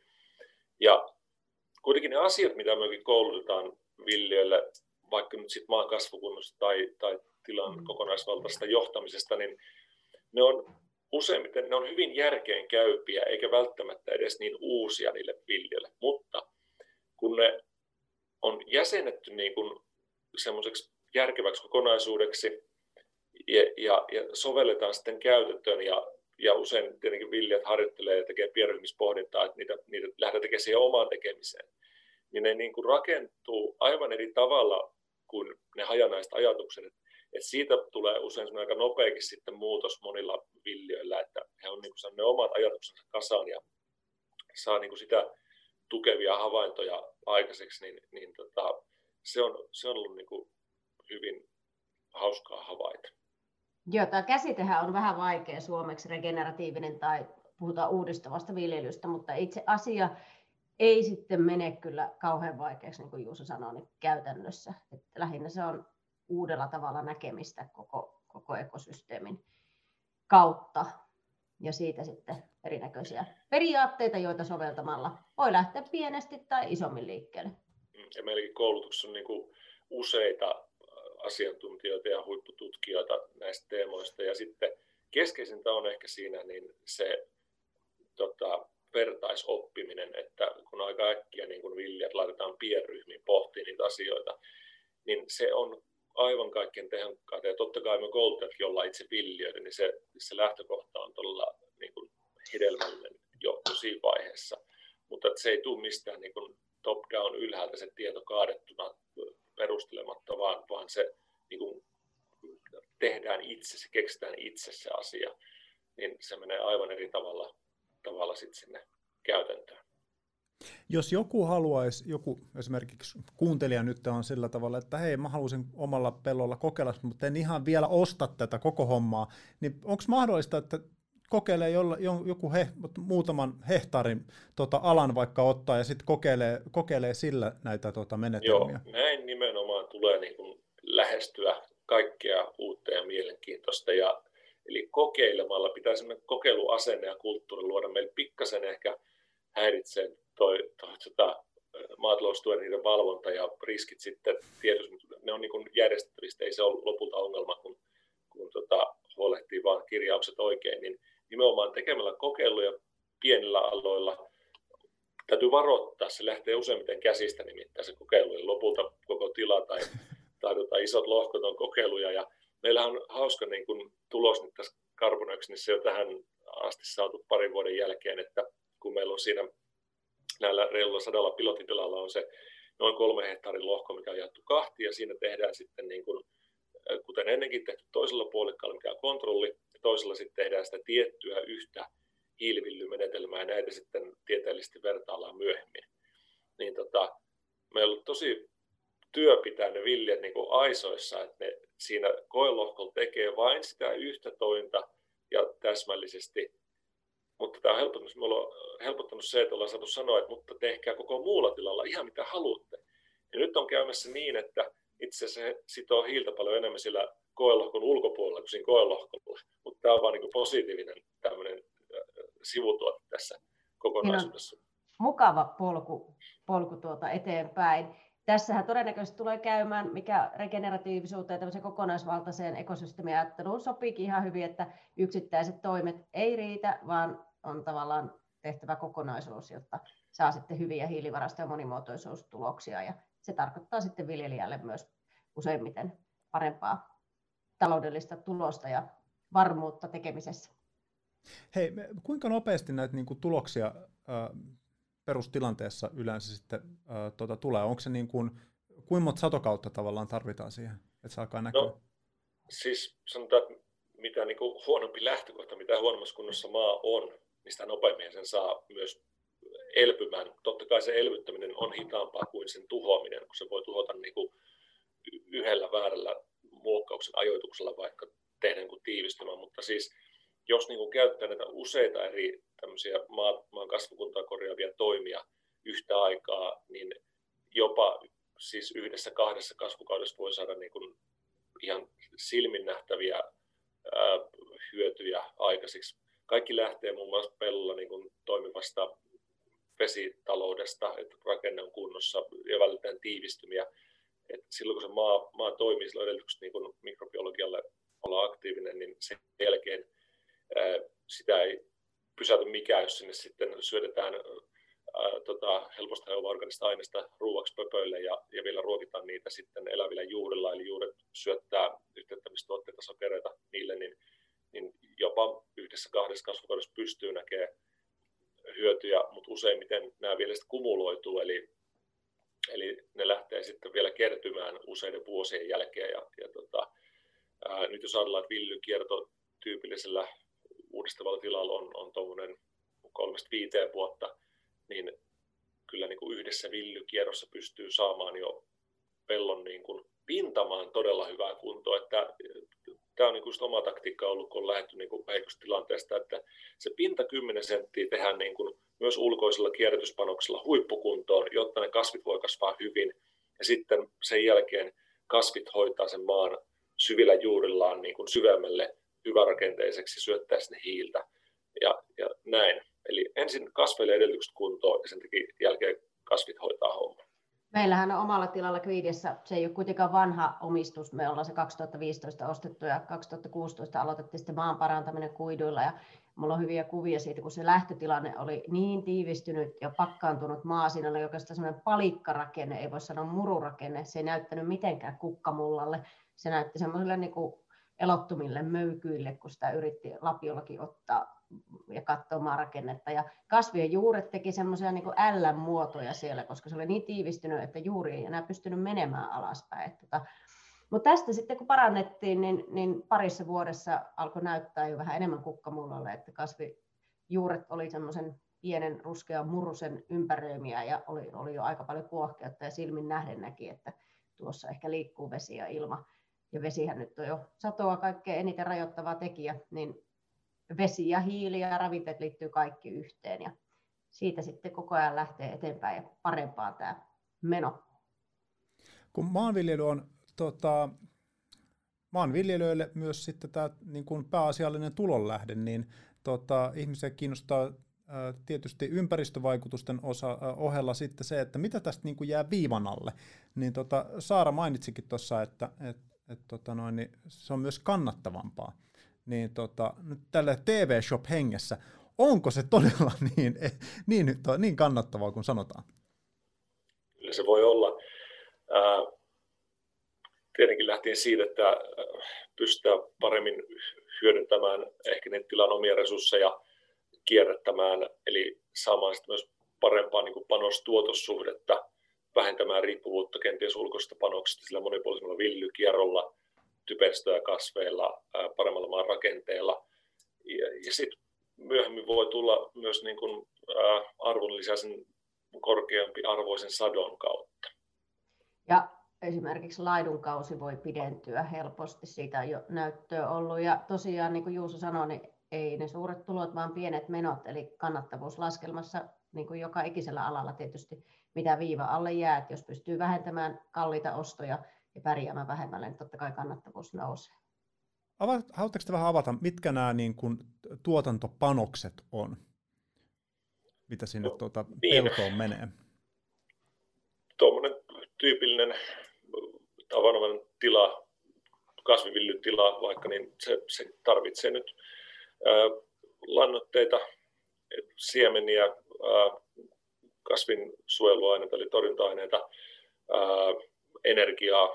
Ja kuitenkin ne asiat, mitä mekin koulutetaan viljelijöille, vaikka nyt sitten maan kasvukunnosta tai, tai tilan kokonaisvaltaisesta johtamisesta, niin ne on useimmiten ne on hyvin järkeenkäypiä, eikä välttämättä edes niin uusia niille viljelijöille. Mutta kun ne on jäsennetty niin kuin semmoiseksi järkeväksi kokonaisuudeksi ja, ja, ja sovelletaan sitten käytäntöön ja Ja usein tietenkin viljelijät harjoittelee ja tekee pienryhmispohdintaa, että niitä, niitä lähdetään tekemään siihen omaan tekemiseen. Niin ne niin kuin rakentuu aivan eri tavalla kuin ne hajanaiset ajatukset. Että siitä tulee usein aika nopeakin sitten muutos monilla viljelijöillä, että he on niin kuin ne omat ajatuksensa kasaan ja saa niin kuin sitä tukevia havaintoja aikaiseksi. Niin, niin tota, se, on, se on ollut niin kuin hyvin hauskaa havaita. Joo, tämä käsitehän on vähän vaikea suomeksi, regeneratiivinen tai puhutaan uudistavasta viljelystä, mutta itse asia ei sitten mene kyllä kauhean vaikeaksi, niin kuin Juuso sanoi, niin käytännössä. Että lähinnä se on uudella tavalla näkemistä koko, koko ekosysteemin kautta ja siitä sitten erinäköisiä periaatteita, joita soveltamalla voi lähteä pienesti tai isommin liikkeelle. Ja meilläkin koulutuksessa on niin kuin useita asiantuntijoita ja huippututkijoita näistä teemoista. Ja sitten keskeisintä on ehkä siinä niin se tota, vertaisoppiminen, että kun aika äkkiä niin kun viljelijät laitetaan pienryhmiin pohtimaan niitä asioita, niin se on aivan kaikkein tehokkaita. Ja totta kai me kouluttajatkin ollaan itse viljelijöitä, niin se, se lähtökohta on todella niin kuin hedelmällinen jo siinä vaiheessa. Mutta se ei tule mistään niin kuin top-down ylhäältä se tieto kaadettuna perustelematta, vaan, vaan se niin kuin tehdään itse, se keksitään itse se asia. Niin se menee aivan eri tavalla, tavalla sitten sinne käytäntöön. Jos joku haluaisi, joku esimerkiksi kuuntelija nyt on sillä tavalla, että hei, mä haluaisin omalla pellolla kokeilla, mutta en ihan vielä osta tätä koko hommaa, niin onko mahdollista, että kokeilee jolla, joku he, muutaman hehtaarin tota, alan vaikka ottaa ja sitten kokeilee, kokeilee sillä näitä tota, menetelmiä? Joo, näin nimenomaan tulee niin kuin lähestyä kaikkea uutta ja mielenkiintoista. Ja, eli kokeilemalla pitää sellainen kokeiluasenne ja kulttuuri luoda. Meillä pikkasen ehkä häiritsee toi, toi tota, maataloustuen niiden valvonta ja riskit sitten tietysti, ne on niin kuin järjestettävistä, ei se ole lopulta ongelma, kun, kun tota, huolehtii vaan kirjaukset oikein, niin nimenomaan tekemällä kokeiluja pienillä aloilla täytyy varoittaa, se lähtee useimmiten käsistä nimittäin se kokeilu, eli lopulta koko tila tai, tai tota, isot lohkot on kokeiluja, ja meillähän on hauska niin kun tulos nyt tässä Carbon-Actionissa jo tähän asti saatu parin vuoden jälkeen, että kun meillä on siinä näillä reilulla sadalla pilottitilalla on se noin kolme hehtaarin lohko, mikä on jaettu kahtiin, ja siinä tehdään sitten niin kuin, kuten ennenkin tehty toisella puolikkaalla, mikä on kontrolli, ja toisella sitten tehdään sitä tiettyä yhtä hiilivillymenetelmää, ja näitä sitten tieteellisesti vertaillaan myöhemmin. Niin tota, meillä on tosi työ pitää ne viljat niin kuin aisoissa, että ne siinä koelohkolla tekee vain sitä yhtä tointa ja täsmällisesti. Mutta tämä on helpottanut, me ollaan helpottanut se, että ollaan saatu sanoa, että mutta tehkää koko muulla tilalla ihan mitä haluatte. Ja nyt on käymässä niin, että itse asiassa se sitoo hiiltä paljon enemmän sillä koelohkon ulkopuolella kuin siinä koelohkolla. Mutta tämä on vaan niin positiivinen tämmöinen sivutuote tässä kokonaisuudessa. Mukava polku, polku tuota eteenpäin. Tässähän todennäköisesti tulee käymään, mikä regeneratiivisuuteen ja tämmöiseen kokonaisvaltaiseen ekosysteemiajatteluun sopiikin ihan hyvin, että yksittäiset toimet ei riitä, vaan on tavallaan tehtävä kokonaisuus, jotta saa sitten hyviä hiilivarasto- ja monimuotoisuustuloksia. Ja se tarkoittaa sitten viljelijälle myös useimmiten parempaa taloudellista tulosta ja varmuutta tekemisessä. Hei, kuinka nopeasti näitä niin kuin tuloksia äh, perustilanteessa yleensä sitten äh, tuota, tulee? Onko se niin kuin, kuinka monta satokautta tavallaan tarvitaan siihen, että se alkaa näkyä? No, siis sanotaan, että mitä niin kuin huonompi lähtökohta, mitä huonommassa kunnossa maa on, niin sitä nopeammin sen saa myös elpymään. Totta kai se elvyttäminen on hitaampaa kuin sen tuhoaminen, kun se voi tuhota niin kuin yhdellä väärällä muokkauksen ajoituksella vaikka tehdä niin kuin tiivistymään, mutta siis jos niin kuin käyttää näitä useita eri tämmöisiä maan, maan kasvukuntaa korjaavia toimia yhtä aikaa, niin jopa siis yhdessä kahdessa kasvukaudessa voi saada niin kuin ihan silminnähtäviä ää, hyötyjä aikaiseksi. Kaikki lähtee muun muassa pellolla niin kuin toimivasta vesitaloudesta, että rakenne on kunnossa ja vältetään tiivistymiä. Et silloin kun se maa, maa toimii, sillä on edellytykset niin kuin mikrobiologialle olla aktiivinen, niin sen jälkeen ää, sitä ei pysäytä mikään, jos sinne sitten syötetään ää, tota, helposti hajoavaa organista aineesta ruuaksi pöpöille ja, ja vielä ruokitaan niitä sitten elävillä juurilla, eli juuret syöttää yhteyttämistuotteita, sokereita niille, niin, niin jopa yhdessä kahdessa kasvukaudessa pystyy näkemään hyötyjä, mutta useimmiten nämä vielä sitten kumuloituu, eli, eli ne lähtee sitten vielä kertymään useiden vuosien jälkeen. Ja, ja tota, ää, nyt jos ajatellaan, että villykierto tyypillisellä uudistavalla tilalla on, on tuommoinen kolmesta viiteen vuotta, niin kyllä niin kuin yhdessä villykierrossa pystyy saamaan jo pellon niin kuin pintamaan todella hyvää kuntoa. Että, tämä on niin kuin oma taktiikka ollut, kun on lähdetty niin kuin heikosta tilanteesta, että se pinta kymmenen senttiä tehdään niin kuin myös ulkoisella kierrätyspanoksella huippukuntoon, jotta ne kasvit voi kasvaa hyvin. Ja sitten sen jälkeen kasvit hoitaa sen maan syvillä juurillaan niin kuin syvemmälle hyvärakenteiseksi, syöttää sinne hiiltä ja, ja näin. Eli ensin kasveille edellytykset kuntoon ja sen takia jälkeen kasvit hoitaa homman. Meillähän on omalla tilalla Kviidissä, se ei ole kuitenkaan vanha omistus, me ollaan se kaksituhattaviisitoista ostettu ja kaksituhattakuusitoista aloitettiin sitten maan parantaminen kuiduilla ja Mulla on hyviä kuvia siitä, kun se lähtötilanne oli niin tiivistynyt ja pakkaantunut maa. Siinä oli oikeastaan semmoinen palikkarakenne, ei voi sanoa mururakenne. Se ei näyttänyt mitenkään kukkamullalle. Se näytti semmoiselle niin kuin elottomille möykyille, kun sitä yritti lapiollakin ottaa ja katsoa maarakennetta. Ja kasvien juuret teki semmoisia niin kuin L-muotoja siellä, koska se oli niin tiivistynyt, että juuri ei enää pystynyt menemään alaspäin. Tota, mutta tästä sitten kun parannettiin, niin, niin parissa vuodessa alkoi näyttää jo vähän enemmän kukkamullalle, että kasvijuuret oli semmoisen pienen ruskean murusen ympäröimiä ja oli, oli jo aika paljon kuohkeutta ja silmin nähden näki, että tuossa ehkä liikkuu vesi ja ilma. Ja vesihän nyt on jo satoa kaikkein eniten rajoittava tekijä, niin vesi ja hiili ja ravinteet liittyy kaikki yhteen ja siitä sitten koko ajan lähtee eteenpäin ja parempaa tämä meno. Kun maanviljely on tota, maanviljelijöille myös sitten tämä niin kuin pääasiallinen tulonlähde, niin tota, ihmisiä kiinnostaa ää, tietysti ympäristövaikutusten osa, ää, ohella sitten se, että mitä tästä niin kuin jää viivan alle. Niin tota, Saara mainitsikin tuossa, että et, et, tota noin, niin se on myös kannattavampaa. Niin tota, nyt tällä T V-shop-hengessä, onko se todella niin, niin, niin kannattavaa kuin sanotaan? Kyllä se voi olla. Ää, tietenkin lähtien siitä, että pystytään paremmin hyödyntämään ehkä niitä tilan omia resursseja kierrättämään, eli saamaan sitten myös parempaa niin kuin panos-tuotossuhdetta, vähentämään riippuvuutta kenties ulkoisesta panoksesta sillä monipuolisella viljelykierrolla, typestöä kasveilla, paremmalla maan rakenteella. Ja, ja sitten myöhemmin voi tulla myös niin kuin, ää, arvonlisäisen korkeampi arvoisen sadon kautta. Ja esimerkiksi laidunkausi voi pidentyä helposti, siitä on jo näyttöä ollut. Ja tosiaan, niin kuin Juuso sanoi, niin ei ne suuret tulot, vaan pienet menot, eli kannattavuuslaskelmassa, niin kuin joka ikisellä alalla tietysti, mitä viiva alle jää, että jos pystyy vähentämään kalliita ostoja ja pärjäämään vähemmälle, niin totta kai kannattavuus nousee. Haluatteko te vähän avata, mitkä nämä niin kuin tuotantopanokset on, mitä sinne no, tuota niin. peltoon menee? Tuommoinen tyypillinen tavanomainen tila, kasviviljelytila vaikka, niin se, se tarvitsee nyt ää, lannoitteita, siemeniä, ää, kasvinsuojeluaineita eli torjunta-aineita, ää, energiaa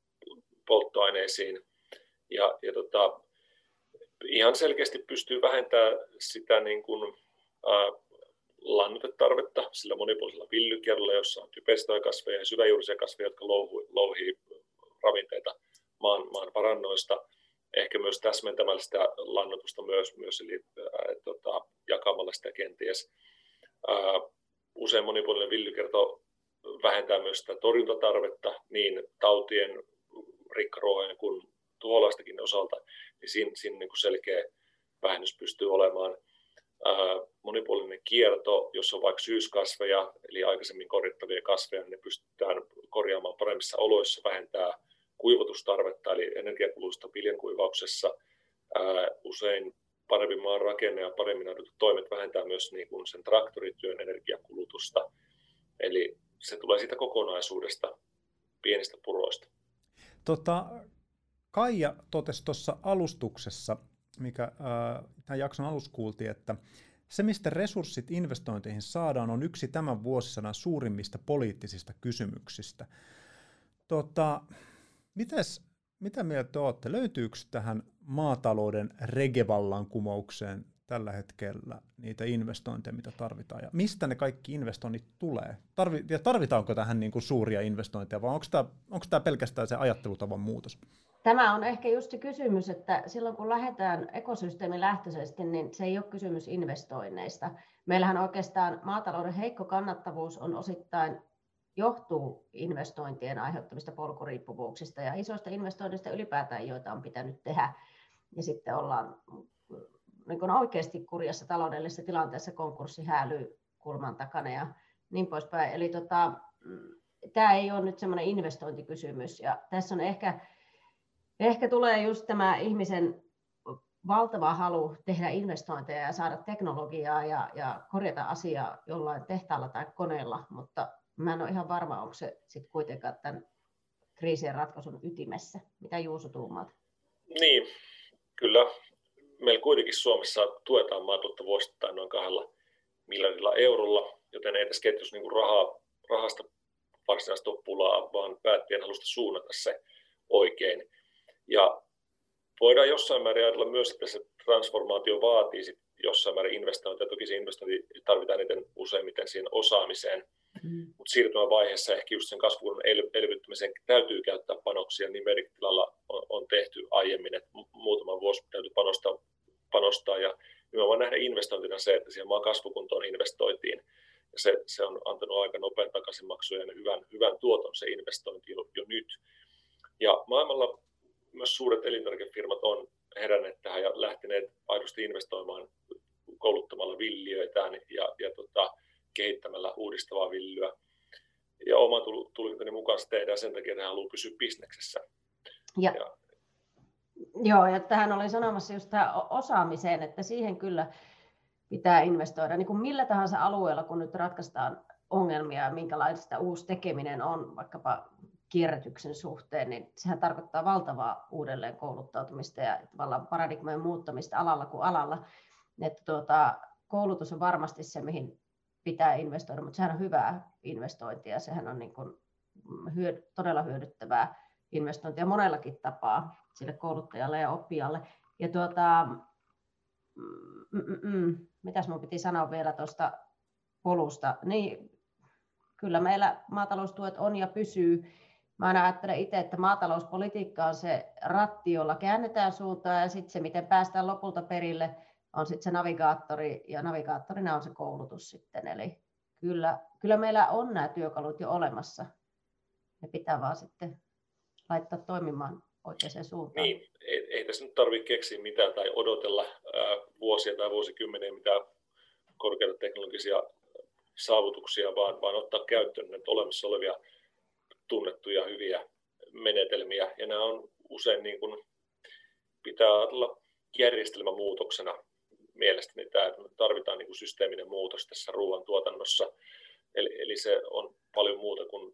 polttoaineisiin ja, ja tota, ihan selkeästi pystyy vähentämään sitä niin kuin, ää, lannoitetarvetta sillä monipuolisella viljelykierrolla, jossa on typestökasveja ja syväjuurisia kasveja, jotka louhii ravinteita maan, maan parannoista. Ehkä myös täsmentämällä sitä lannoitusta myös, myös eli ää, tota, jakamalla sitä kenties. Ää, usein monipuolinen viljelykierto vähentää myös sitä torjuntatarvetta niin tautien, rikkaruohojen kuin tuholaistakin osalta, niin siinä, siinä niin kuin selkeä vähennys pystyy olemaan. Monipuolinen kierto, jossa on vaikka syyskasveja, eli aikaisemmin korjattavia kasveja, niin ne pystytään korjaamaan paremmissa oloissa, vähentää kuivatustarvetta, eli energiakulutusta viljankuivauksessa. Usein parempi maan rakenne ja paremmin adotut toimet vähentää myös niin kuin sen traktorityön energiakulutusta. Eli se tulee siitä kokonaisuudesta, pienistä puroista. Tota, Kaija totesi tuossa alustuksessa, mikä äh, tämän jakson alussa kuultiin, että se, mistä resurssit investointeihin saadaan, on yksi tämän vuosisadan suurimmista poliittisista kysymyksistä. Tota, mites, mitä mieltä olette? Löytyykö tähän maatalouden regevallankumoukseen tällä hetkellä niitä investointeja, mitä tarvitaan? Ja mistä ne kaikki investoinnit tulee? Tarvi, ja tarvitaanko tähän niin kuin suuria investointeja, vai onko tämä, onko tämä pelkästään se ajattelutavan muutos? Tämä on ehkä just se kysymys, että silloin kun lähdetään ekosysteemilähtöisesti, niin se ei ole kysymys investoinneista. Meillähän oikeastaan maatalouden heikko kannattavuus on osittain johtuu investointien aiheuttamista polkuriippuvuuksista ja isoista investoinneista ylipäätään, joita on pitänyt tehdä. Ja sitten ollaan niin kuin oikeasti kurjassa taloudellisessa tilanteessa konkurssihäälykulman takana ja niin poispäin. Eli tota, tämä ei ole nyt semmoinen investointikysymys. Ja tässä on ehkä Ehkä tulee just tämä ihmisen valtava halu tehdä investointeja ja saada teknologiaa ja, ja korjata asiaa jollain tehtaalla tai koneella, mutta mä en ole ihan varma, onko se sitten kuitenkaan tämän kriisien ratkaisun ytimessä. Mitä Juuso tuumaat? Niin, kyllä meillä kuitenkin Suomessa tuetaan maataloutta vuosittain noin kahdella miljardilla eurolla, joten ei tässä ketjussa niin kuin rahaa, rahasta varsinaisesti ole pulaa, vaan päättäjien halusta suunnata se oikein. Ja voidaan jossain määrin ajatella myös, että se transformaatio vaatii sit jossain määrin investointeja. Toki se investointi tarvitaan eniten useimmiten siihen osaamiseen, mm. mutta siirtymävaiheessa ehkä just sen kasvun elvyttämiseen täytyy käyttää panoksia, niin Merittilalla on, on tehty aiemmin, että muutaman vuosi täytyy panostaa, panostaa ja nimenomaan nähdä investointina se, että siihen maan kasvukuntoon investoitiin. Ja se, se on antanut aika nopean takaisinmaksuja ja hyvän, hyvän tuoton se investointi jo, jo nyt. Ja maailmalla myös suuret elintarvikefirmat on heränneet tähän ja lähteneet aidosti investoimaan kouluttamalla viljelijöitään ja, ja tota, kehittämällä uudistavaa viljelyä. Ja oman tulkintani mukaan se tehdään sen takia, että hän haluaa pysyä bisneksessä. Ja, ja. Joo, ja tähän olin sanomassa just tähän osaamiseen, että siihen kyllä pitää investoida. Niin kuin millä tahansa alueella, kun nyt ratkaistaan ongelmia ja minkälaista uusi tekeminen on, vaikkapa kierrätyksen suhteen, niin sehän tarkoittaa valtavaa uudelleen kouluttautumista ja tavallaan paradigmojen muuttamista alalla kuin alalla. Että tuota, koulutus on varmasti se, mihin pitää investoida, mutta sehän on hyvää investointia, sehän on niin kuin hyödy, todella hyödyttävää investointia monellakin tapaa sille kouluttajalle ja oppijalle. Ja tuota, mm, mm, mitäs minun piti sanoa vielä tuosta polusta, niin kyllä meillä maataloustuet on ja pysyy. Mä aina ajattelen itse, että maatalouspolitiikka on se ratti, jolla käännetään suuntaa ja sitten se, miten päästään lopulta perille, on sitten se navigaattori ja navigaattorina on se koulutus sitten. Eli kyllä, kyllä meillä on nämä työkalut jo olemassa. Ne pitää vaan sitten laittaa toimimaan oikeaan suuntaan. Niin, ei, ei tässä nyt tarvitse keksiä mitään tai odotella ää, vuosia tai vuosikymmeniä mitään korkeita teknologisia saavutuksia, vaan, vaan ottaa käyttöön näitä olemassa olevia tunnettuja hyviä menetelmiä. Ja nämä on usein niin kuin, pitää ajatella järjestelmämuutoksena mielestäni. Tämä tarvitaan niin kuin systeeminen muutos tässä ruoantuotannossa. Eli, eli se on paljon muuta kuin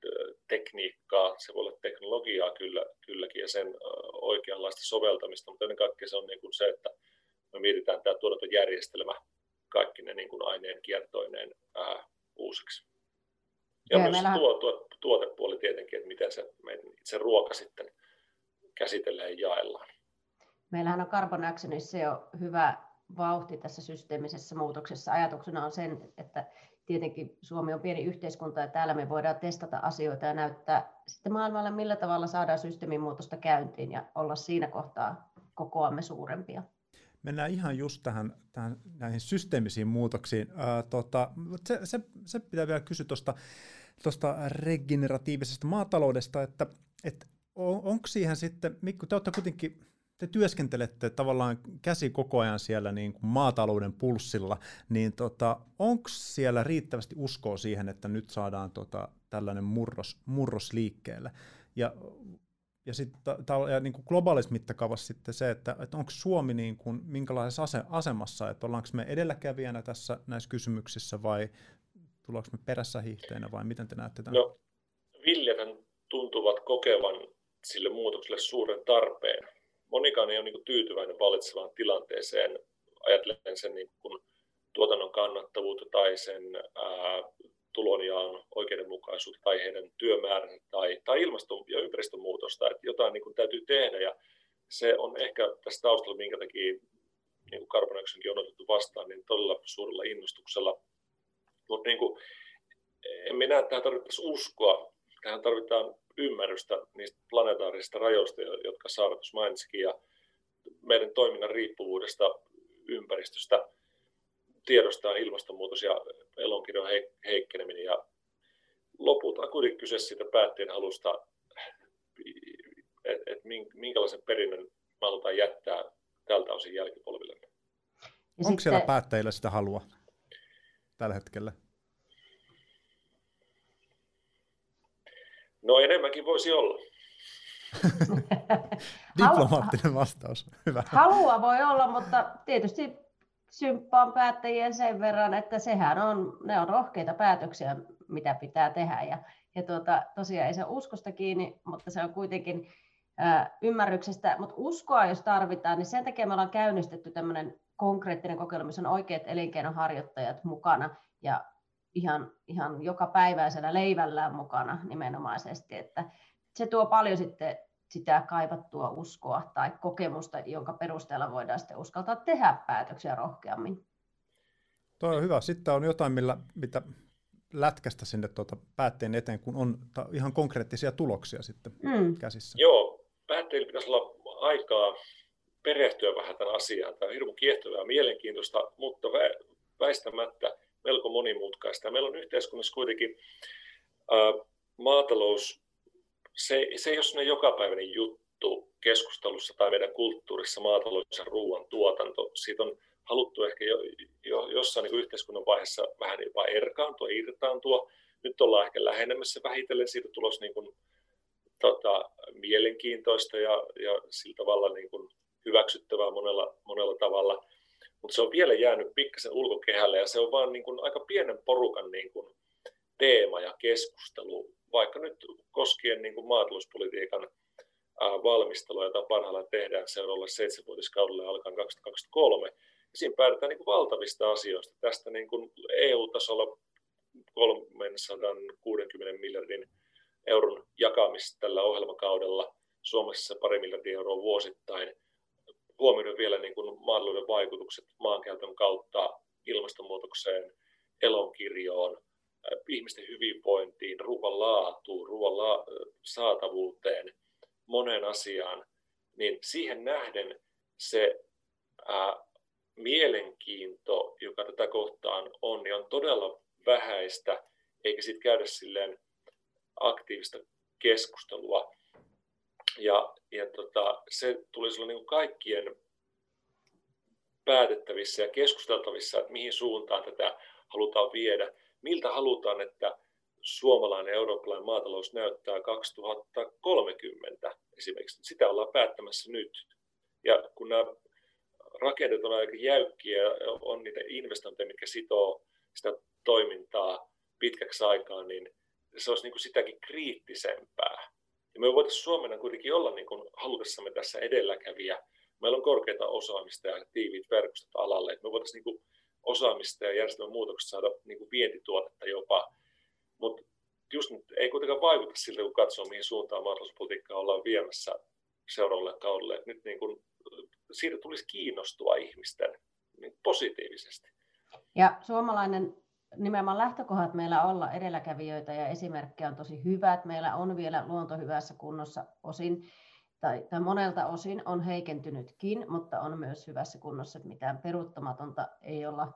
tekniikkaa, se voi olla teknologiaa kyllä, kylläkin ja sen oikeanlaista soveltamista, mutta ennen kaikkea se on niin kuin se, että me mietitään tämä tuotantojärjestelmä kaikki ne niin kuin aineen kiertoineen ää, uusiksi. Ja, ja myös meillähän tuo, tuo, tuotepuoli tietenkin, että miten se meidän itse ruoka sitten käsitellään ja jaellaan. Meillähän on Carbon Actionissa jo hyvä vauhti tässä systeemisessä muutoksessa. Ajatuksena on sen, että tietenkin Suomi on pieni yhteiskunta ja täällä me voidaan testata asioita ja näyttää sitten maailmalle, millä tavalla saadaan systeemin muutosta käyntiin ja olla siinä kohtaa kokoamme suurempia. Mennään ihan just tähän, tähän näihin systeemisiin muutoksiin. Ää, tota, se, se, se pitää vielä kysyä tuosta regeneratiivisesta maataloudesta, että et on, onko siihen sitten, Mikko, te olette kuitenkin, te työskentelette tavallaan käsi koko ajan siellä niin kuin maatalouden pulssilla, niin tota, onko siellä riittävästi uskoa siihen, että nyt saadaan tota, tällainen murros, murros liikkeelle? Ja Ja sitten ja niin kuin globaalissa mittakaavassa sitten se, että, että onko Suomi niin kuin, minkälaisessa ase, asemassa, että ollaanko me edelläkävijänä tässä näissä kysymyksissä vai tullaanko me perässä hiihteinä vai miten te näette tämän? No, viljelijät tuntuvat kokevan sille muutokselle suuren tarpeen. Monikaan ei ole niin kuin tyytyväinen vallitsevaan tilanteeseen, ajatellen sen niin kuin tuotannon kannattavuutta tai sen ää, tulonjaon oikeudenmukaisuutta tai heidän työmääränsä tai, tai ilmaston- ja ympäristönmuutosta, että jotain niin kuin täytyy tehdä ja se on ehkä tässä taustalla, minkä takia niin kuin Carbon Actionkin on otettu vastaan, niin todella suurella innostuksella. Mutta niin kuin, en minä, että tähän tarvittaisiin uskoa, tähän tarvitaan ymmärrystä niistä planetaarisista rajoista, jotka Saara tuossa mainitsikin, ja meidän toiminnan riippuvuudesta ympäristöstä, tiedostaa ilmastonmuutos ja elonkirjon heikkeneminen ja lopulta on kuitenkin kyse siitä päättäjien halusta, että et minkälaisen perinnön me halutaan jättää tältä osin jälkipolvillemme. Onko sitten siellä päättäjillä sitä halua tällä hetkellä? No enemmänkin voisi olla. Diplomaattinen vastaus. Hyvä. Halua voi olla, mutta tietysti symppaan päättäjiä sen verran, että sehän on, ne on rohkeita päätöksiä, mitä pitää tehdä. Ja, ja tuota, tosiaan ei se ole uskosta kiinni, mutta se on kuitenkin ymmärryksestä, mutta uskoa jos tarvitaan, niin sen takia me ollaan käynnistetty tämmöinen konkreettinen kokeilu, missä on oikeat elinkeinonharjoittajat mukana ja ihan, ihan joka päiväisellä leivällään mukana nimenomaisesti, että se tuo paljon sitten sitä kaivattua uskoa tai kokemusta, jonka perusteella voidaan sitten uskaltaa tehdä päätöksiä rohkeammin. Tuo on hyvä. Sitten on jotain, millä, mitä lätkästä sinne tuota päätteen eteen, kun on ta, ihan konkreettisia tuloksia sitten mm. käsissä. Joo, päätteillä pitäisi olla aikaa perehtyä vähän tämän asiaan. Tämä on hirveän kiehtovaa ja mielenkiintoista, mutta väistämättä melko monimutkaista. Meillä on yhteiskunnassa kuitenkin ää, maatalous, se, se ei ole sellainen jokapäiväinen juttu keskustelussa tai meidän kulttuurissa, maatalous ja ruoan tuotanto. Siitä on haluttu ehkä jo, jo, jossain niin kuin yhteiskunnan vaiheessa vähän jopa erkaantua, irtaantua. Nyt ollaan ehkä lähenemässä vähitellen, siitä tulos niin kuin, tota, mielenkiintoista ja, ja sillä tavalla niin kuin hyväksyttävää monella, monella tavalla. Mutta se on vielä jäänyt pikkasen ulkokehälle ja se on vaan niin kuin aika pienen porukan niin kuin teema ja keskustelu, vaikka nyt koskien niin kuin maatalouspolitiikan ää, valmistelua, jota parhaillaan tehdään seuraavalle seitsemänvuotiskaudelle alkaen kaksituhattakaksikymmentäkolme. Ja siinä päätetään niin kuin valtavista asioista. Tästä niin kuin E U-tasolla kolmesataakuusikymmentä miljardin euron jakamista tällä ohjelmakaudella, Suomessa pari miljardia euroa vuosittain. Huomioiden vielä niin kuin maatalouden vaikutukset maankäytön kautta ilmastonmuutokseen, elonkirjoon, ihmisten hyvinvointiin, ruoan laatuun, ruoan la- saatavuuteen, moneen asiaan, niin siihen nähden se ää, mielenkiinto, joka tätä kohtaan on, niin on todella vähäistä, eikä sitten käydä silleen aktiivista keskustelua. Ja, ja tota, se tulisi olla niin kuin kaikkien päätettävissä ja keskusteltavissa, että mihin suuntaan tätä halutaan viedä. Miltä halutaan, että suomalainen ja eurooppalainen maatalous näyttää kaksituhattakolmekymmentä esimerkiksi. Sitä ollaan päättämässä nyt. Ja kun nämä rakenteet on aika jäykkiä ja on niitä investointeja, mitkä sitoo sitä toimintaa pitkäksi aikaa, niin se olisi niin kuin sitäkin kriittisempää. Ja me voitaisiin Suomena kuitenkin olla niin kuin halutessamme tässä edelläkävijä. Meillä on korkeata osaamista ja tiiviit verkostot alalle. Että me voitaisiin niin kuin osaamista ja järjestelmän muutoksesta saada niin kuin vientituotetta jopa. Mutta just nyt ei kuitenkaan vaikuta siltä, kun katsoo, mihin suuntaan maatalouspolitiikkaa ollaan viemässä seuraavalle kaudelle. Et nyt niin kuin, siitä tulisi kiinnostua ihmisten niin positiivisesti. Ja suomalainen nimenomaan lähtökohdat meillä olla edelläkävijöitä ja esimerkkejä on tosi hyvät. Meillä on vielä luonto hyvässä kunnossa osin, tai, tai monelta osin on heikentynytkin, mutta on myös hyvässä kunnossa, että mitään peruuttamatonta ei olla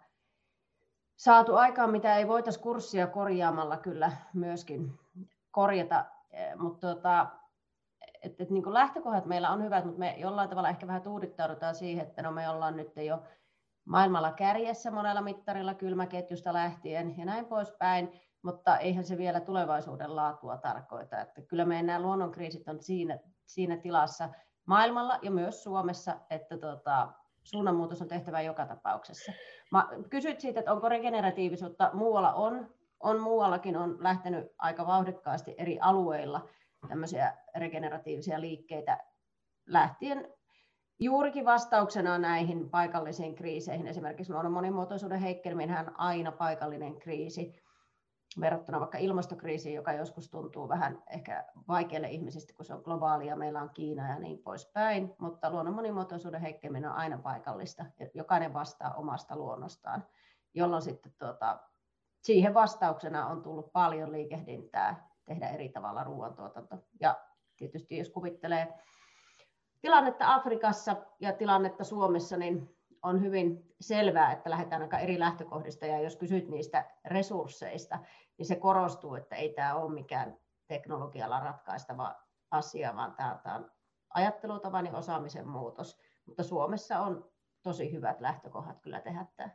saatu aikaan, mitä ei voitaisiin kurssia korjaamalla kyllä myöskin korjata. Mutta tota, et, et, niin kuin lähtökohdat meillä on hyvät, mutta me jollain tavalla ehkä vähän tuudittaudutaan siihen, että no me ollaan nyt jo maailmalla kärjessä monella mittarilla kylmäketjusta lähtien ja näin poispäin, mutta eihän se vielä tulevaisuuden laatua tarkoita. Että kyllä meidän nämä luonnonkriisit on siinä, siinä tilassa maailmalla ja myös Suomessa, että tota, suunnanmuutos on tehtävä joka tapauksessa. Mä kysyt siitä, että onko regeneratiivisuutta muualla on. On muuallakin on lähtenyt aika vauhdikkaasti eri alueilla tämmöisiä regeneratiivisia liikkeitä lähtien juurikin vastauksena näihin paikallisiin kriiseihin, esimerkiksi luonnon monimuotoisuuden heikkeneminenhän on aina paikallinen kriisi, verrattuna vaikka ilmastokriisiin, joka joskus tuntuu vähän ehkä vaikealle ihmisistä, kun se on globaalia, meillä on Kiina ja niin poispäin, mutta luonnon monimuotoisuuden heikkeneminen on aina paikallista, jokainen vastaa omasta luonnostaan, jolloin sitten tuota, siihen vastauksena on tullut paljon liikehdintää tehdä eri tavalla ruoantuotanto. Ja tietysti jos kuvittelee tilannetta Afrikassa ja tilannetta Suomessa, niin on hyvin selvää, että lähdetään aika eri lähtökohdista, ja jos kysyt niistä resursseista, niin se korostuu, että ei tämä ole mikään teknologialla ratkaistava asia, vaan tämä on ajattelutavan ja osaamisen muutos. Mutta Suomessa on tosi hyvät lähtökohdat kyllä tehdä tämä.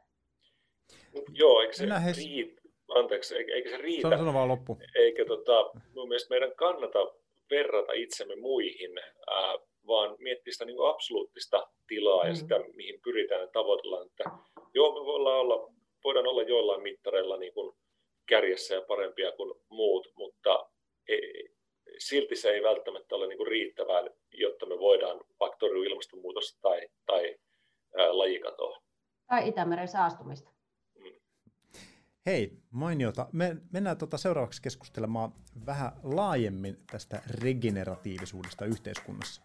Joo, eikö se riitä? Anteeksi, eikö se riitä? Sano, sano vaan loppu. Eikä tota, mun mielestä meidän kannata verrata itsemme muihin, ää, vaan miettiä sitä niin kuin absoluuttista tilaa mm. ja sitä, mihin pyritään ja tavoitellaan. Että joo, me voidaan olla, voidaan olla joillain mittareilla niin kuin kärjessä ja parempia kuin muut, mutta ei, silti se ei välttämättä ole niin kuin riittävää jotta me voidaan vaikka torjua ilmastonmuutosta tai, tai ää, lajikatoa. Tai Itämeren saastumista. Mm. Hei, mainiota. Me mennään tuota seuraavaksi keskustelemaan vähän laajemmin tästä regeneratiivisuudesta yhteiskunnassa.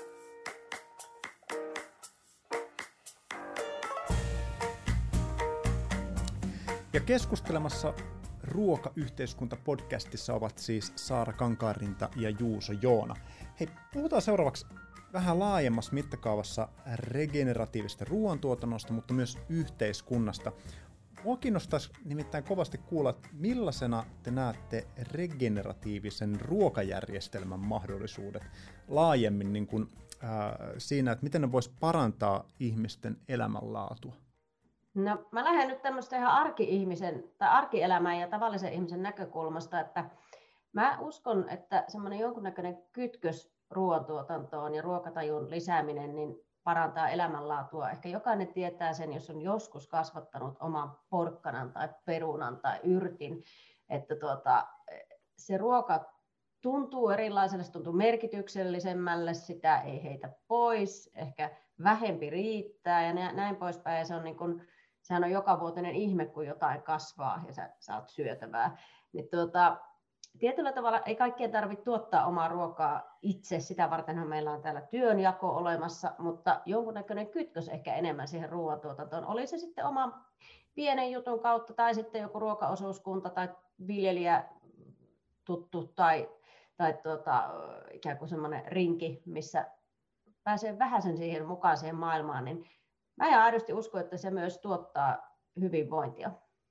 Ja keskustelemassa Ruokayhteiskunta-podcastissa ovat siis Saara Kankaanrinta ja Juuso Joona. Hei, puhutaan seuraavaksi vähän laajemmassa mittakaavassa regeneratiivisesta ruoantuotannosta, mutta myös yhteiskunnasta. Mua kiinnostaisi nimittäin kovasti kuulla, että millaisena te näette regeneratiivisen ruokajärjestelmän mahdollisuudet laajemmin niin kuin, ää, siinä, että miten ne voisi parantaa ihmisten elämänlaatua? No, mä lähden nyt tämmöistä ihan arki-ihmisen tai arkielämän ja tavallisen ihmisen näkökulmasta, että mä uskon, että semmoinen jonkunnäköinen kytkös ruoantuotantoon ja ruokatajun lisääminen niin parantaa elämänlaatua. Ehkä jokainen tietää sen, jos on joskus kasvattanut oman porkkanan tai perunan tai yrtin, että tuota, se ruoka tuntuu erilaiselle, se tuntuu merkityksellisemmälle, sitä ei heitä pois, ehkä vähempi riittää ja näin poispäin. Ja se on niin kuin, sehän on jokavuotinen ihme, kun jotain kasvaa ja sä saat syötävää. Niin tuota, tietyllä tavalla ei kaikkien tarvitse tuottaa omaa ruokaa itse, sitä vartenhan meillä on täällä työnjako olemassa, mutta jonkunnäköinen kytkös ehkä enemmän siihen ruoantuotantoon. Oli se sitten oman pienen jutun kautta tai sitten joku ruokaosuuskunta tai viljelijä tuttu tai, tai tuota, ikään kuin semmoinen rinki, missä pääsee vähäsen siihen mukaan siihen maailmaan, niin mä en aidosti usko, että se myös tuottaa hyvinvointia.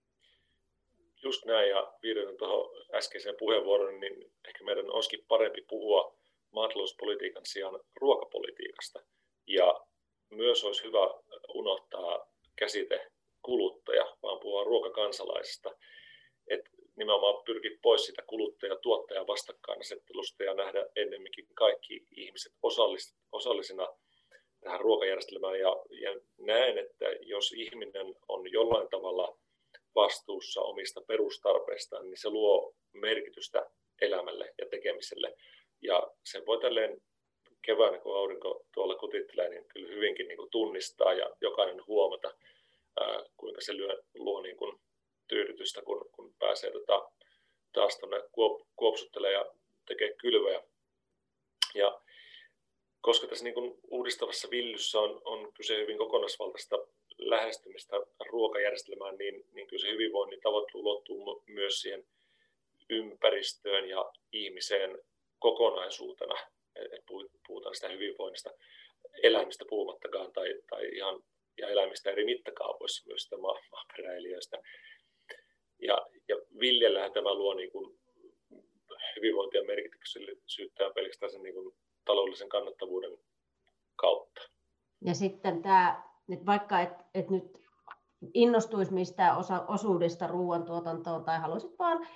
Just näin, ja viitaten tuohon äskeiseen puheenvuoroon, niin ehkä meidän olisikin parempi puhua maatalouspolitiikan sijaan ruokapolitiikasta. Ja myös olisi hyvä unohtaa käsite kuluttaja, vaan puhua ruokakansalaisesta. Että nimenomaan pyrkiä pois sitä kuluttaja-tuottaja vastakkainasettelusta ja nähdä ennemminkin kaikki ihmiset osallis, osallisina tähän ruokajärjestelmään. Ja, ja näen, että jos ihminen on jollain tavalla vastuussa omista perustarpeistaan, niin se luo merkitystä elämälle ja tekemiselle. Ja sen voi tälleen keväänä, kun aurinko tuolla kutittelee, niin kyllä hyvinkin niin kuin tunnistaa ja jokainen huomata, ää, kuinka se lyö, luo niin kuin tyydytystä, kun, kun pääsee tota, taas tuonne kuop, kuopsuttelee ja tekee kylvöjä. Ja koska tässä niin kuin uudistavassa villyssä on, on kyse hyvin kokonaisvaltaista lähestymistä ruokajärjestelmään, niin, niin kyllä se hyvinvoinnin tavoittelu ulottuu myös siihen ympäristöön ja ihmiseen kokonaisuutena. Et puhutaan sitä hyvinvoinnista, eläimistä puhumattakaan, tai, tai ihan ja eläimistä eri mittakaavoissa, myös sitä ma- maaperäilijöistä. Ja, ja viljellähän tämä luo niin kuin hyvinvointia merkityksellisyyttä pelkästään sen niin kuin taloudellisen kannattavuuden kautta. Ja sitten tämä, että vaikka et, et nyt innostuisi mistään osa, osuudesta ruoantuotantoon tai haluaisit vaan,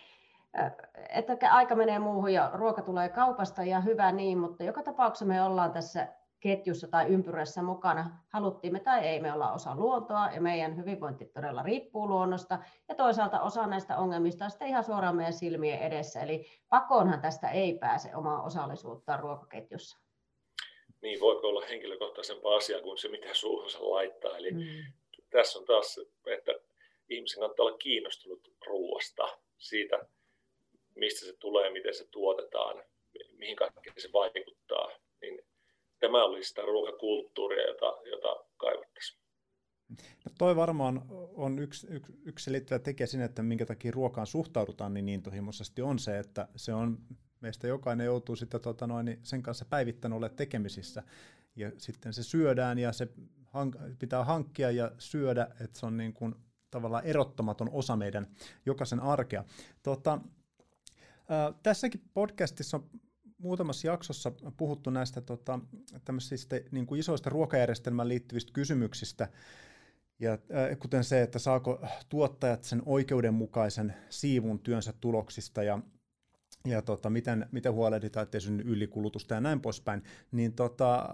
että aika menee muuhun ja ruoka tulee kaupasta ja hyvä niin, mutta joka tapauksessa me ollaan tässä ketjussa tai ympyrässä mukana, haluttiin me tai ei, me ollaan osa luontoa ja meidän hyvinvointi todella riippuu luonnosta ja toisaalta osa näistä ongelmista on sitten ihan suoraan meidän silmien edessä, eli pakoonhan tästä ei pääse omaa osallisuuttaan ruokaketjussa. Niin, voiko olla henkilökohtaisempaa asiaa kuin se, mitä suuhunsa laittaa, eli mm. tässä on taas, että ihmisen kannattaa olla kiinnostunut ruoasta, siitä mistä se tulee, miten se tuotetaan, mihin kaikkeen se vaikuttaa, niin tämä oli sitä ruokakulttuuria, jota, jota kaivattaisiin. No toi varmaan on yksi, yksi, yksi selittävä tekijä siinä, että minkä takia ruokaan suhtaudutaan niin intohimoisesti on se, että se on, meistä jokainen joutuu sitä, tota noin, sen kanssa päivittäin olemaan tekemisissä. Ja sitten se syödään ja se hank, pitää hankkia ja syödä, että se on niin kuin tavallaan erottamaton osa meidän jokaisen arkea. Tota, ää, tässäkin podcastissa on muutamassa jaksossa puhuttu näistä tota, tämmöisistä niin kuin isoista ruokajärjestelmään liittyvistä kysymyksistä, ja äh, kuten se, että saako tuottajat sen oikeudenmukaisen siivun työnsä tuloksista ja, ja tota, miten, miten huolehditaan, ettei synny ylikulutusta ja näin poispäin, niin tota,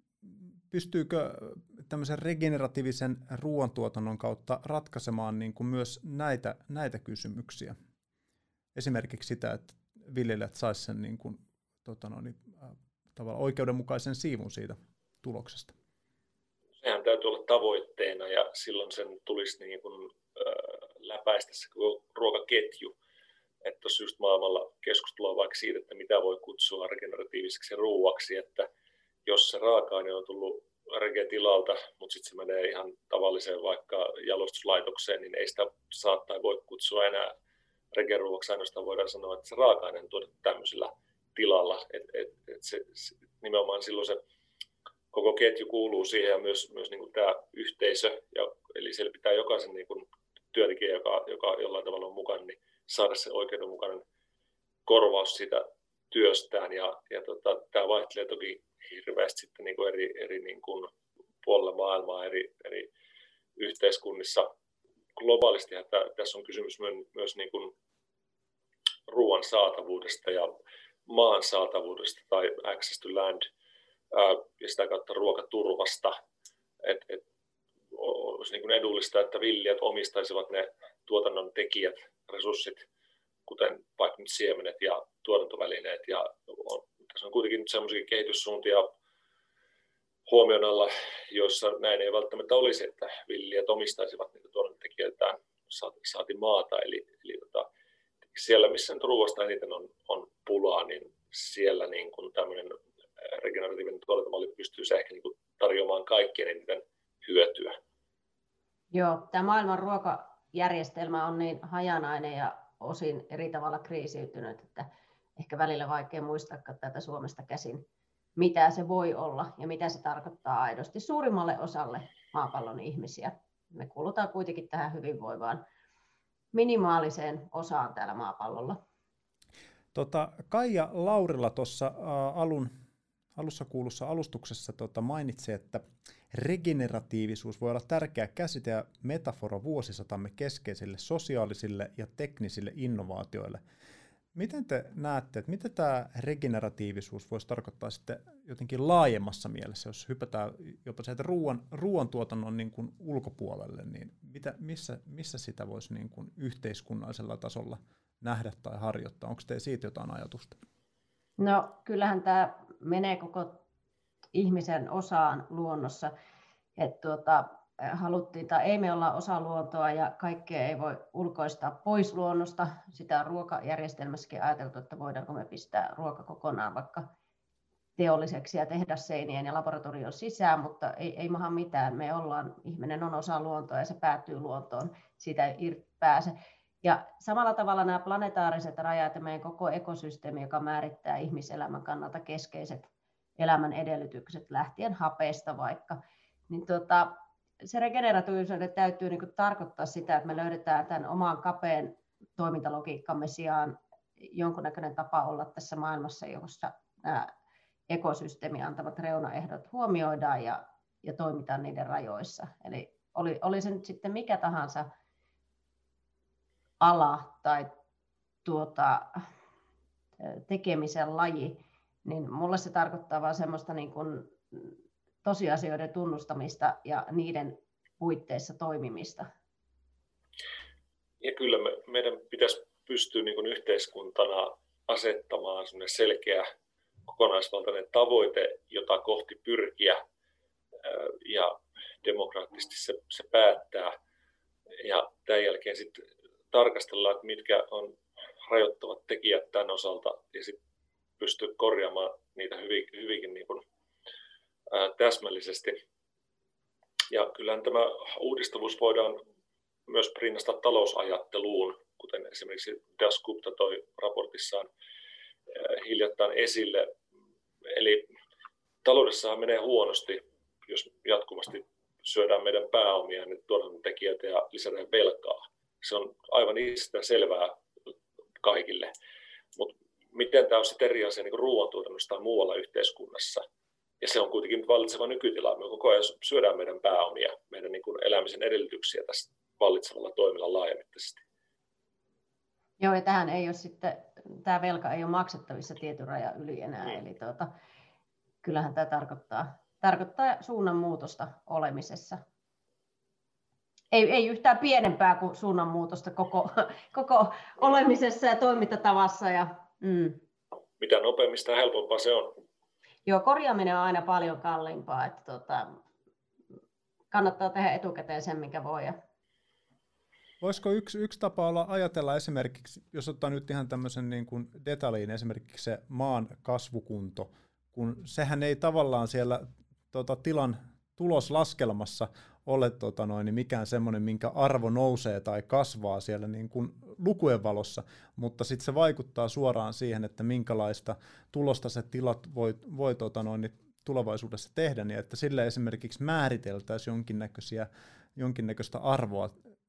pystyykö tämmöisen regeneratiivisen ruoantuotannon kautta ratkaisemaan niin kuin myös näitä, näitä kysymyksiä? Esimerkiksi sitä, että viljelijät saisivat sen niin kuin, tota no, niin, tavallaan oikeudenmukaisen siivun siitä tuloksesta? Sehän täytyy olla tavoitteena ja silloin sen tulisi niin kuin, äh, läpäistä se ruokaketju. Että tuossa just maailmalla keskustellaan vaikka siitä, että mitä voi kutsua regeneratiiviseksi ruuaksi, että jos se raaka-aine on tullut rege-tilalta, mutta sitten se menee ihan tavalliseen vaikka jalostuslaitokseen, niin ei sitä saattaa voi kutsua enää rege-ruuaksi, ainoastaan voidaan sanoa, että se raaka-aine on tuotettu tämmöisellä tilalla, että et, et se, se, nimenomaan silloin se koko ketju kuuluu siihen ja myös, myös niin kuin tämä yhteisö, ja, eli siellä pitää jokaisen niin kuin työntekijä, joka, joka jollain tavalla on mukana, niin saada se oikeudenmukainen korvaus siitä työstään. Ja, ja tota, tämä vaihtelee toki hirveästi sitten niin kuin eri, eri niin kuin puolella maailmaa, eri, eri yhteiskunnissa. Globaalisti tässä on kysymys myös niin kuin ruoan saatavuudesta ja maan saatavuudesta tai access to land ja sitä kautta ruokaturvasta. Et, et, olisi niin kuin edullista, että viljelijät omistaisivat ne tuotannon tekijät, resurssit, kuten vaikka nyt siemenet ja tuotantovälineet. Ja on, tässä on kuitenkin nyt sellaisia kehityssuuntia huomioon alla, joissa näin ei välttämättä olisi, että viljelijät omistaisivat niitä tuotantotekijöitään, saati maata. Eli, eli tota, siellä, missä nyt ruoasta eniten on, on pulaa, niin siellä niin kuin tämmöinen regeneratiivinen tuotantomalli pystyy ehkä niin kuin tarjoamaan kaikkien eniten hyötyä. Joo, tämä maailman ruokajärjestelmä on niin hajanainen ja osin eri tavalla kriisiytynyt, että ehkä välillä vaikea muistaa tätä Suomesta käsin, mitä se voi olla ja mitä se tarkoittaa aidosti suurimmalle osalle maapallon ihmisiä. Me kuulutaan kuitenkin tähän hyvinvoivaan minimaaliseen osaan täällä maapallolla. Tota, Kaija Laurila tuossa alun alussa kuulussa alustuksessa tota, mainitsi, että regeneratiivisuus voi olla tärkeä käsite ja metafora vuosisatamme keskeisille sosiaalisille ja teknisille innovaatioille. Miten te näette, että mitä tämä regeneratiivisuus voisi tarkoittaa sitten jotenkin laajemmassa mielessä, jos hypätään jopa sieltä ruoan, ruoantuotannon niin kuin ulkopuolelle, niin mitä, missä, missä sitä voisi niin kuin yhteiskunnallisella tasolla nähdä tai harjoittaa? Onko teillä siitä jotain ajatusta? No kyllähän tämä menee koko ihmisen osaan luonnossa, että tuota, haluttiin tai ei me olla osa luontoa ja kaikkea ei voi ulkoistaa pois luonnosta. Sitä on ruokajärjestelmässäkin ajateltu, että voidaanko me pistää ruoka kokonaan vaikka teolliseksi ja tehdä seinien ja laboratorion sisään, mutta ei, ei maha mitään. Me ollaan, ihminen on osa luontoa ja se päätyy luontoon, siitä ei irti pääse. Ja samalla tavalla nämä planetaariset rajat ja meidän koko ekosysteemi, joka määrittää ihmiselämän kannalta keskeiset elämän edellytykset, lähtien hapeesta vaikka, niin tuota, se regeneratiivisuuden täytyy niin kuin tarkoittaa sitä, että me löydetään tämän oman kapeen toimintalogiikkamme sijaan jonkunnäköinen tapa olla tässä maailmassa, jossa nämä ekosysteemin antamat reunaehdot huomioidaan ja, ja toimitaan niiden rajoissa. Eli oli, oli se nyt sitten mikä tahansa ala tai tuota, tekemisen laji, niin mulle se tarkoittaa vaan semmoista niin kuin tosiasioiden tunnustamista ja niiden puitteissa toimimista. Ja kyllä me, meidän pitäisi pystyä niin kuin yhteiskuntana asettamaan selkeä kokonaisvaltainen tavoite, jota kohti pyrkiä ja demokraattisesti se, se päättää. Ja tämän jälkeen sitten tarkastellaan, että mitkä on rajoittavat tekijät tämän osalta ja sitten pystyä korjaamaan niitä hyvin, hyvinkin niin kuin, ää, täsmällisesti. Ja kyllähän tämä uudistavuus voidaan myös rinnastaa talousajatteluun, kuten esimerkiksi Das Gupta toi raportissaan ää, hiljattain esille. Eli taloudessahan menee huonosti, jos jatkuvasti syödään meidän pääomia, niin tuotannontekijöitä ja lisätään velkaa. Se on aivan itsestään selvää kaikille. Mutta miten tämä on sitten eri asia niin ruoantuotannossa tai muualla yhteiskunnassa? Ja se on kuitenkin vallitseva nykytila. Me koko ajan syödään meidän pääomia, meidän niin kuin elämisen edellytyksiä tässä vallitsevalla toimilla laajamittaisesti. Joo, ja tähän ei ole sitten, tämä velka ei ole maksettavissa tietyn rajan yli enää. Mm. Eli tuota, kyllähän tämä tarkoittaa, tarkoittaa suunnanmuutosta olemisessa. Ei, ei yhtään pienempää kuin suunnanmuutosta koko, koko olemisessa ja toimintatavassa. Ja, mm. Mitä nopeammista helpompaa se on. joo, korjaaminen on aina paljon kalliimpaa, että tota, kannattaa tehdä etukäteen sen, mikä voi. Voisiko yksi, yksi tapa olla ajatella esimerkiksi, jos ottaa nyt ihan tämmöisen niin kuin detaljiin, esimerkiksi se maan kasvukunto, kun sehän ei tavallaan siellä tota, tilan tuloslaskelmassa ole tota noin, niin mikään semmoinen, minkä arvo nousee tai kasvaa siellä niin kuin lukujen valossa, mutta sitten se vaikuttaa suoraan siihen, että minkälaista tulosta se tilat voi, voi tota noin, niin tulevaisuudessa tehdä, niin että sille esimerkiksi määriteltäisiin jonkinnäköisiä, jonkinnäköistä arvoa,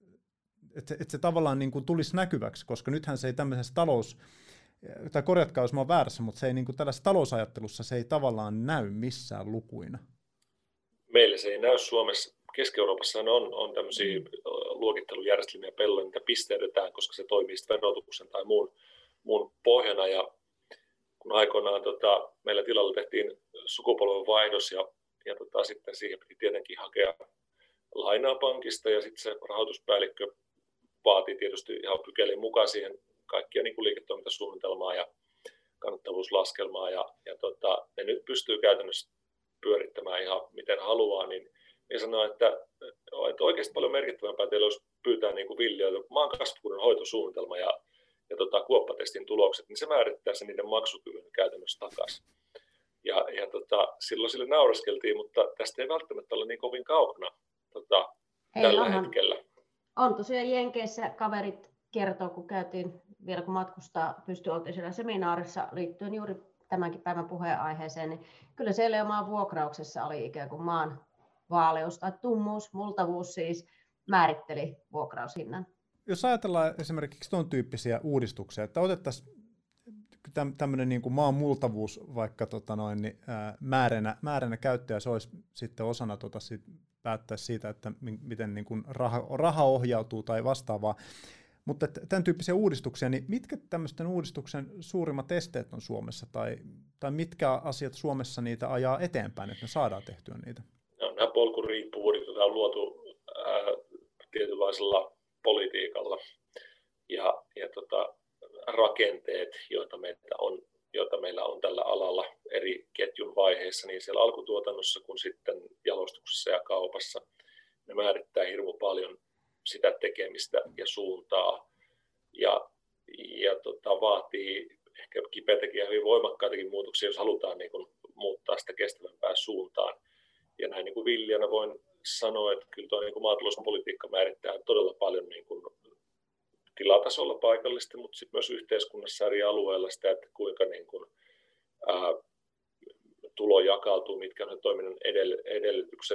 että et se tavallaan niin kuin tulisi näkyväksi, koska nythän se ei tämmöisessä talous, tai korjatkaa jos mä oon väärässä, mutta se ei niin kuin tällaisessa talousajattelussa se ei tavallaan näy missään lukuina. Meillä se ei näy Suomessa. Keski-Euroopassa on, on tämmöisiä luokittelujärjestelmiä pelloja, niitä pisteytetään, koska se toimii sitten verotuksen tai muun, muun pohjana. Ja kun aikoinaan tota, meillä tilalla tehtiin sukupolvenvaihdos ja, ja tota, sitten siihen piti tietenkin hakea lainaa pankista ja sitten se rahoituspäällikkö vaatii tietysti ihan pykälien mukaan siihen kaikkia niin kuin liiketoimintasuunnitelmaa ja kannattavuuslaskelmaa ja, ja tota, ne nyt pystyy käytännössä pyörittämään ihan miten haluaa, niin minä sanon, että, että oikeasti paljon merkittävämpää teillä olisi pyytää niin kuin viljelijöiltä maan kasvukunnan hoitosuunnitelma ja, ja tota, kuoppatestin tulokset, niin se määrittää sen niiden maksukyvyn käytännössä takaisin. Ja, ja tota, silloin sille nauraskeltiin, mutta tästä ei välttämättä ole niin kovin kaukana tota, tällä onhan, hetkellä. On tosiaan Jenkeissä kaverit kertoo, kun käytiin vielä kun matkustaa, pystyi oltiin siellä seminaarissa liittyen juuri tämänkin päivän puheenaiheeseen, niin kyllä siellä jo maan vuokrauksessa oli ikään kuin maan vaaleus tai tummuus, multavuus siis määritteli vuokraushinnan. Jos ajatellaan esimerkiksi tuon tyyppisiä uudistuksia, että otettaisiin tämmöinen niin kuin maan multavuus vaikka tota noin, niin, ää, määränä, määränä käyttöä, se olisi sitten osana tota, sit päättää siitä, että miten niin kuin raha, raha ohjautuu tai vastaavaa. Mutta tämän tyyppisiä uudistuksia, niin mitkä tämmöisten uudistuksen suurimmat esteet on Suomessa, tai, tai mitkä asiat Suomessa niitä ajaa eteenpäin, että me saadaan tehtyä niitä? No, nämä polkuriippuvuudet, joita on luotu ää, tietynlaisella politiikalla, ja, ja tota, rakenteet, joita meillä, on, joita meillä on tällä alalla eri ketjun vaiheissa, niin siellä alkutuotannossa kuin sitten jalostuksessa ja kaupassa, ne määrittää hirmu paljon sitä tekemistä ja suuntaa ja, ja tota, vaatii ehkä kipeitäkin ja hyvin voimakkaitakin muutoksia, jos halutaan niin kuin, muuttaa sitä kestävämpään suuntaan. Ja näin niin kuin viljelijänä voin sanoa, että kyllä tuo niin kuin maatalouspolitiikka määrittää todella paljon niin kuin tilatasolla paikallisesti, mutta sitten myös yhteiskunnassa eri alueilla sitä, että kuinka niin kuin, ää, tulo jakautuu, mitkä on ne toiminnan edellytykset.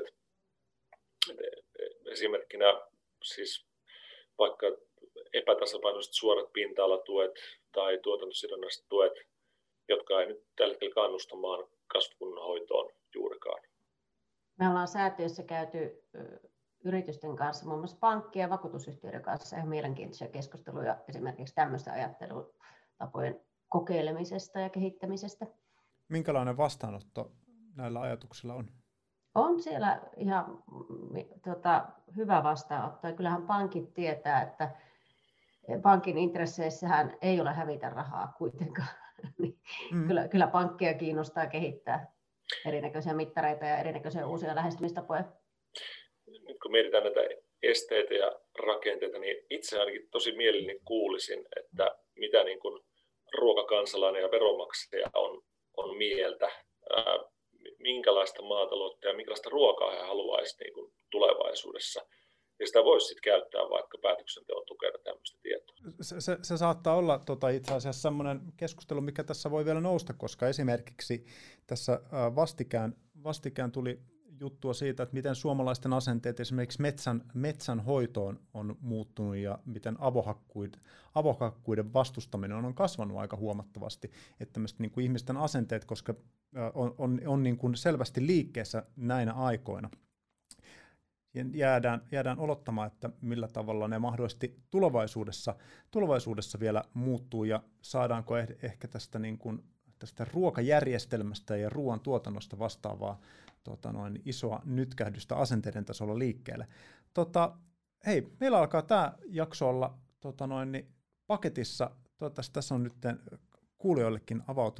Esimerkkinä siis vaikka epätasapainoiset suorat pinta-alatuet tai tuotantosidonnaiset tuet, jotka ei nyt tällä hetkellä kannusta maan kasvukunnan hoitoon juurikaan. Me ollaan säätiössä käyty yritysten kanssa, muun muassa pankkien ja vakuutusyhtiöiden kanssa ihan mielenkiintoisia keskusteluja esimerkiksi tämmöistä ajattelutapojen kokeilemisesta ja kehittämisestä. Minkälainen vastaanotto näillä ajatuksilla on? On siellä ihan tota, hyvä vastaanotto. Kyllähän pankit tietää, että pankin intresseissähän ei ole hävitä rahaa kuitenkaan. mm. kyllä, kyllä pankkia kiinnostaa kehittää erinäköisiä mittareita ja erinäköisiä uusia lähestymistapoja. Nyt kun mietitään näitä esteitä ja rakenteita, niin itse ainakin tosi mielelläni kuulisin, että mitä niin kuin ruokakansalainen ja veronmaksaja on, on mieltä. Ää, minkälaista maataloutta ja minkälaista ruokaa he haluaisivat niin kuin tulevaisuudessa. Ja sitä voisi sitten käyttää vaikka päätöksenteon tukena tämmöistä tietoa. Se, se, se saattaa olla tota, itse asiassa semmoinen keskustelu, mikä tässä voi vielä nousta, koska esimerkiksi tässä vastikään, vastikään tuli juttua siitä, että miten suomalaisten asenteet esimerkiksi metsän, metsän hoitoon on muuttunut ja miten avohakkuiden, avohakkuiden vastustaminen on, on kasvanut aika huomattavasti. Että tämmöiset niin kuin ihmisten asenteet, koska on, on, on niin kuin selvästi liikkeessä näinä aikoina. Jäädään, jäädään odottamaan, että millä tavalla ne mahdollisesti tulevaisuudessa, tulevaisuudessa vielä muuttuu ja saadaanko ehkä tästä, niin kuin, tästä ruokajärjestelmästä ja ruoan tuotannosta vastaavaa tota noin, isoa nytkähdystä asenteiden tasolla liikkeelle. Tota, hei, meillä alkaa tämä jakso olla tota noin, paketissa. Toivottavasti tässä on nyt kuulijoillekin avautunut,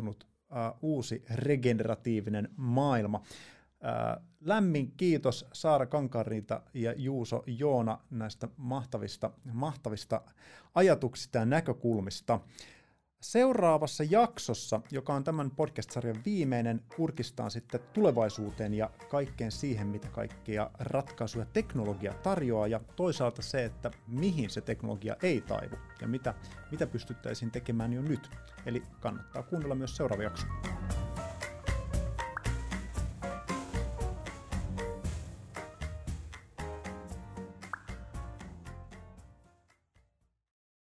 uusi regeneratiivinen maailma. Lämmin kiitos Saara Kankaanriita ja Juuso Joona näistä mahtavista, mahtavista ajatuksista ja näkökulmista. Seuraavassa jaksossa, joka on tämän podcast-sarjan viimeinen, kurkistaan sitten tulevaisuuteen ja kaikkeen siihen, mitä kaikkia ratkaisuja teknologia tarjoaa, ja toisaalta se, että mihin se teknologia ei taivu ja mitä, mitä pystyttäisiin tekemään jo nyt. Eli kannattaa kuunnella myös seuraava jakso.